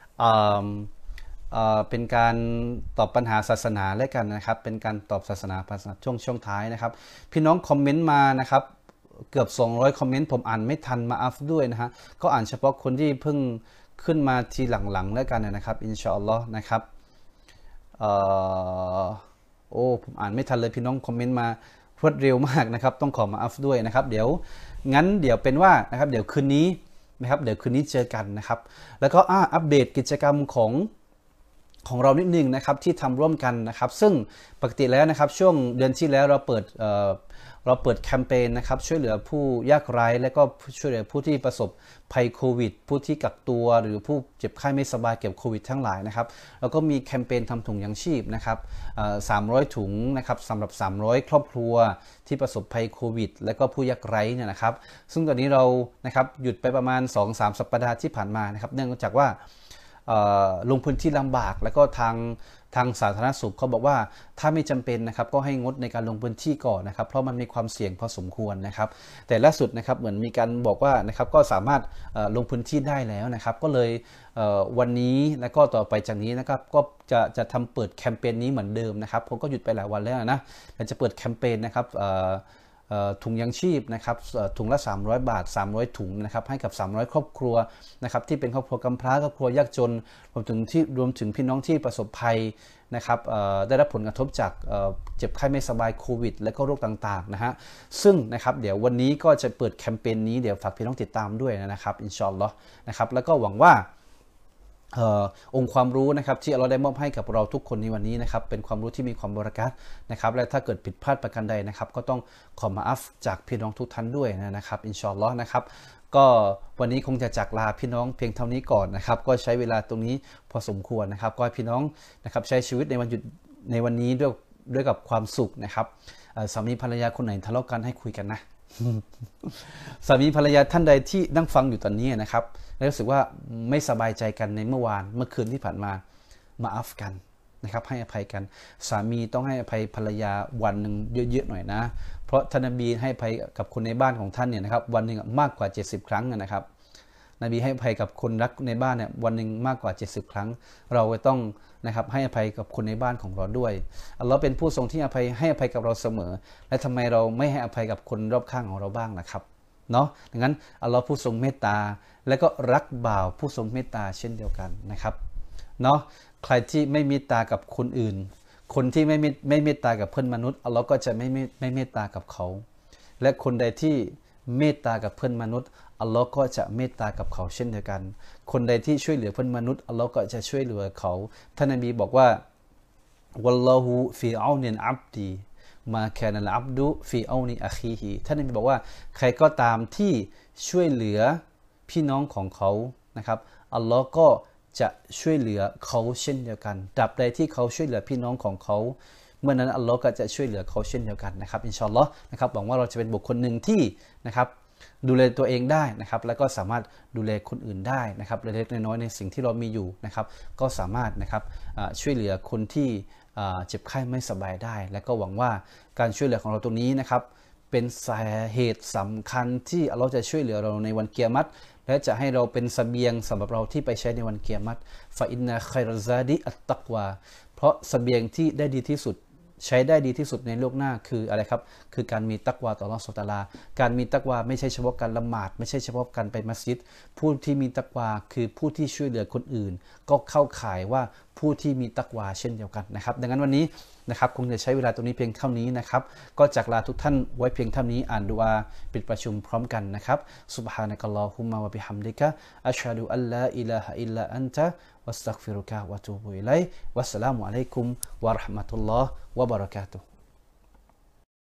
เป็นการตอบปัญหาศาสนาและกันนะครับเป็นการตอบศาสนาศาสนาช่วงช่วงท้ายนะครับพี่น้องคอมเมนต์มานะครับเกือบสองร้อยคอมเมนต์ผมอ่านไม่ทันมาอัฟด้วยนะฮะก็อ่านเฉพาะคนที่เพิ่งขึ้นมาทีหลังๆแล้วกันนะครับอินชาอัลลอฮ์นะครับโอ้ผมอ่านไม่ทันเลยพี่น้องคอมเมนต์มารวดเร็วมากนะครับต้องขอมาอัฟด้วยนะครับเดี๋ยวงั้นเดี๋ยวเป็นว่านะครับเดี๋ยวคืนนี้นะครับเดี๋ยวคืนนี้เจอกันนะครับแล้วก็อัปเดตกิจกรรมของของเรานิดนึงนะครับที่ทำร่วมกันนะครับซึ่งปกติแล้วนะครับช่วงเดือนที่แล้วเราเปิดเอ่อเราเปิดแคมเปญนะครับช่วยเหลือผู้ยากไร้และก็ช่วยเหลือผู้ที่ประสบภัยโควิดผู้ที่กักตัวหรือผู้เจ็บไข้ไม่สบายเกี่ยวกับโควิดทั้งหลายนะครับแล้วก็มีแคมเปญทำถุงยังชีพนะครับสามร้อยถุงนะครับสำหรับสามร้อยครอบครัวที่ประสบภัยโควิดและก็ผู้ยากไร้เนี่ยนะครับซึ่งตอนนี้เรานะครับหยุดไปประมาณ สองถึงสาม สัปดาห์ที่ผ่านมานะครับเนื่องจากว่าลงพื้นที่ลำบากแล้วก็ทางทางสาธารณสุขเขาบอกว่าถ้าไม่จำเป็นนะครับก็ให้งดในการลงพื้นที่ก่อนนะครับเพราะมันมีความเสี่ยงพอสมควรนะครับแต่ล่าสุดนะครับเหมือนมีการบอกว่านะครับก็สามารถลงพื้นที่ได้แล้วนะครับก็เลยวันนี้แล้วก็ต่อไปจากนี้นะครับก็จะจะทำเปิดแคมเปญนี้เหมือนเดิมนะครับผมก็หยุดไปหลายวันแล้วนะแต่จะเปิดแคมเปญนะครับถุงยังชีพนะครับถุงละสามร้อยบาทสามร้อยถุงนะครับให้กับสามร้อยครอบครัวนะครับที่เป็นครอบครัวกำพร้าครอบครัวยากจนรวมถึงที่รวมถึงพี่น้องที่ประสบภัยนะครับได้รับผลกระทบจากเจ็บไข้ไม่สบายโควิดและก็โรคต่างๆนะฮะซึ่งนะครับเดี๋ยววันนี้ก็จะเปิดแคมเปญนี้เดี๋ยวฝากพี่น้องติดตามด้วยนะครับอินชาอัลลอฮ์นะครับแล้วก็หวังว่าองค์ความรู้นะครับที่เราได้มอบให้กับเราทุกคนในวันนี้นะครับเป็นความรู้ที่มีความบริการนะครับและถ้าเกิดผิดพลาดประการใดนะครับก็ต้องขอมาอัฟจากพี่น้องทุกท่านด้วยนะครับอินชาอัลลอฮ์นะครับก็วันนี้คงจะจากลาพี่น้องเพียงเท่านี้ก่อนนะครับก็ใช้เวลาตรงนี้พอสมควรนะครับก็ให้พี่น้องนะครับใช้ชีวิตในวันหยุดในวันนี้ด้วยด้วยกับความสุขนะครับสามีภรรยาคนไหนทะเลาะกันให้คุยกันนะ สามีภรรยาท่านใดที่นั่งฟังอยู่ตอนนี้นะครับแล้วรู้สึกว่าไม่สบายใจกันในเมื่อวานเมื่อคืนที่ผ่านมามาอัฟกันนะครับให้อภัยกันสามีต้องให้อภัยภรรยาวันหนึ่งเยอะๆหน่อยนะเพราะท่านนบีให้อภัยกับคนในบ้านของท่านเนี่ยนะครับวันหนึ่งมากกว่าเจ็ดสิบครั้งนะครับนบีให้อภัยกับคนรักในบ้านเนี่ยวันหนึ่งมากกว่าเจ็ดสิบครั้งเราก็ต้องนะครับให้อภัยกับคนในบ้านของเราด้วยอัลลอฮ์เป็นผู้ทรงที่อภัยให้อภัยกับเราเสมอและทำไมเราไม่ให้อภัยกับคนรอบข้างของเราบ้างล่ะครับเนาะดังนั้นอัลลอฮ์ผู้ทรงเมตตาและก็รักบ่าวผู้ทรงเมตตาเช่นเดียวกันนะครับเนาะใครที่ไม่เมตตากับคนอื่นคนที่ไม่ไม่เมตตากับเพื่อนมนุษย์อัลลอฮ์ก็จะไม่ไม่เมตตากับเขาและคนใดที่เมตตากับเพื่อนมนุษย์อัลลอฮ์ก็จะเมตตากับเขาเช่นเดียวกันคนใดที่ช่วยเหลือเพื่อนมนุษย์อัลลอฮ์ก็จะช่วยเหลือเขาท่านนบีบอกว่าวัลลอฮุฟีเอานินอับดีมาแคนัลอับดุฟีเอานิอะคีฮีท่านนบีบอกว่าใครก็ตามที่ช่วยเหลือพี่น้องของเขานะครับอัลลอฮ์ก็จะช่วยเหลือเขาเช่นเดียวกันตราบใดที่เขาช่วยเหลือพี่น้องของเขาเมื่อนั้นอัลลอฮ์ก็จะช่วยเหลือเขาเช่นเดียวกันนะครับอินชาอัลลอฮ์นะครับหวังว่าเราจะเป็นบุคคลหนึ่งที่นะครับดูแลตัวเองได้นะครับแล้วก็สามารถดูแลคนอื่นได้นะครับเล็กๆน้อยๆในสิ่งที่เรามีอยู่นะครับก็สามารถนะครับช่วยเหลือคนที่เจ็บไข้ไม่สบายได้และก็หวังว่าการช่วยเหลือของเราตรงนี้นะครับเป็นสาเหตุสำคัญที่อัลลอฮ์จะช่วยเหลือเราในวันกิยามะฮ์และจะให้เราเป็นเสบียงสำหรับเราที่ไปใช้ในวันกิยามะฮ์ฟาอินนาคัยรซาดิอัตตักวาเพราะเสบียงที่ได้ดีที่สุดใช้ได้ดีที่สุดในโลกหน้าคืออะไรครับคือการมีตักวาต่ออัลเลาะห์ซุบฮานะฮูวะตะอาลาการมีตักวาไม่ใช่เฉพาะการละหมาดไม่ใช่เฉพาะการไปมัสยิดผู้ที่มีตักวาคือผู้ที่ช่วยเหลือคนอื่นก็เข้าข่ายว่าผู้ที่มีตักวาเช่นเดียวกันนะครับดังนั้นวันนี้นะครับคงจะใช้เวลาตรงนี้เพียงเท่านี้นะครับก็จากลาทุกท่านไว้เพียงเท่านี้อ่านดุอาปิดประชุมพร้อมกันนะครับซุบฮานะกัลลอฮุมมะวะบิฮัมดิกะอัชฮะดุอัลลาอิลาฮะอิลลาอันตะวัสตัฆฟิรุกะวะอะตูบุอิลัยวัสสลามุอะลัยกุมวะเราะห์มะตุลลอฮ์วะบะเราะกาตุฮ์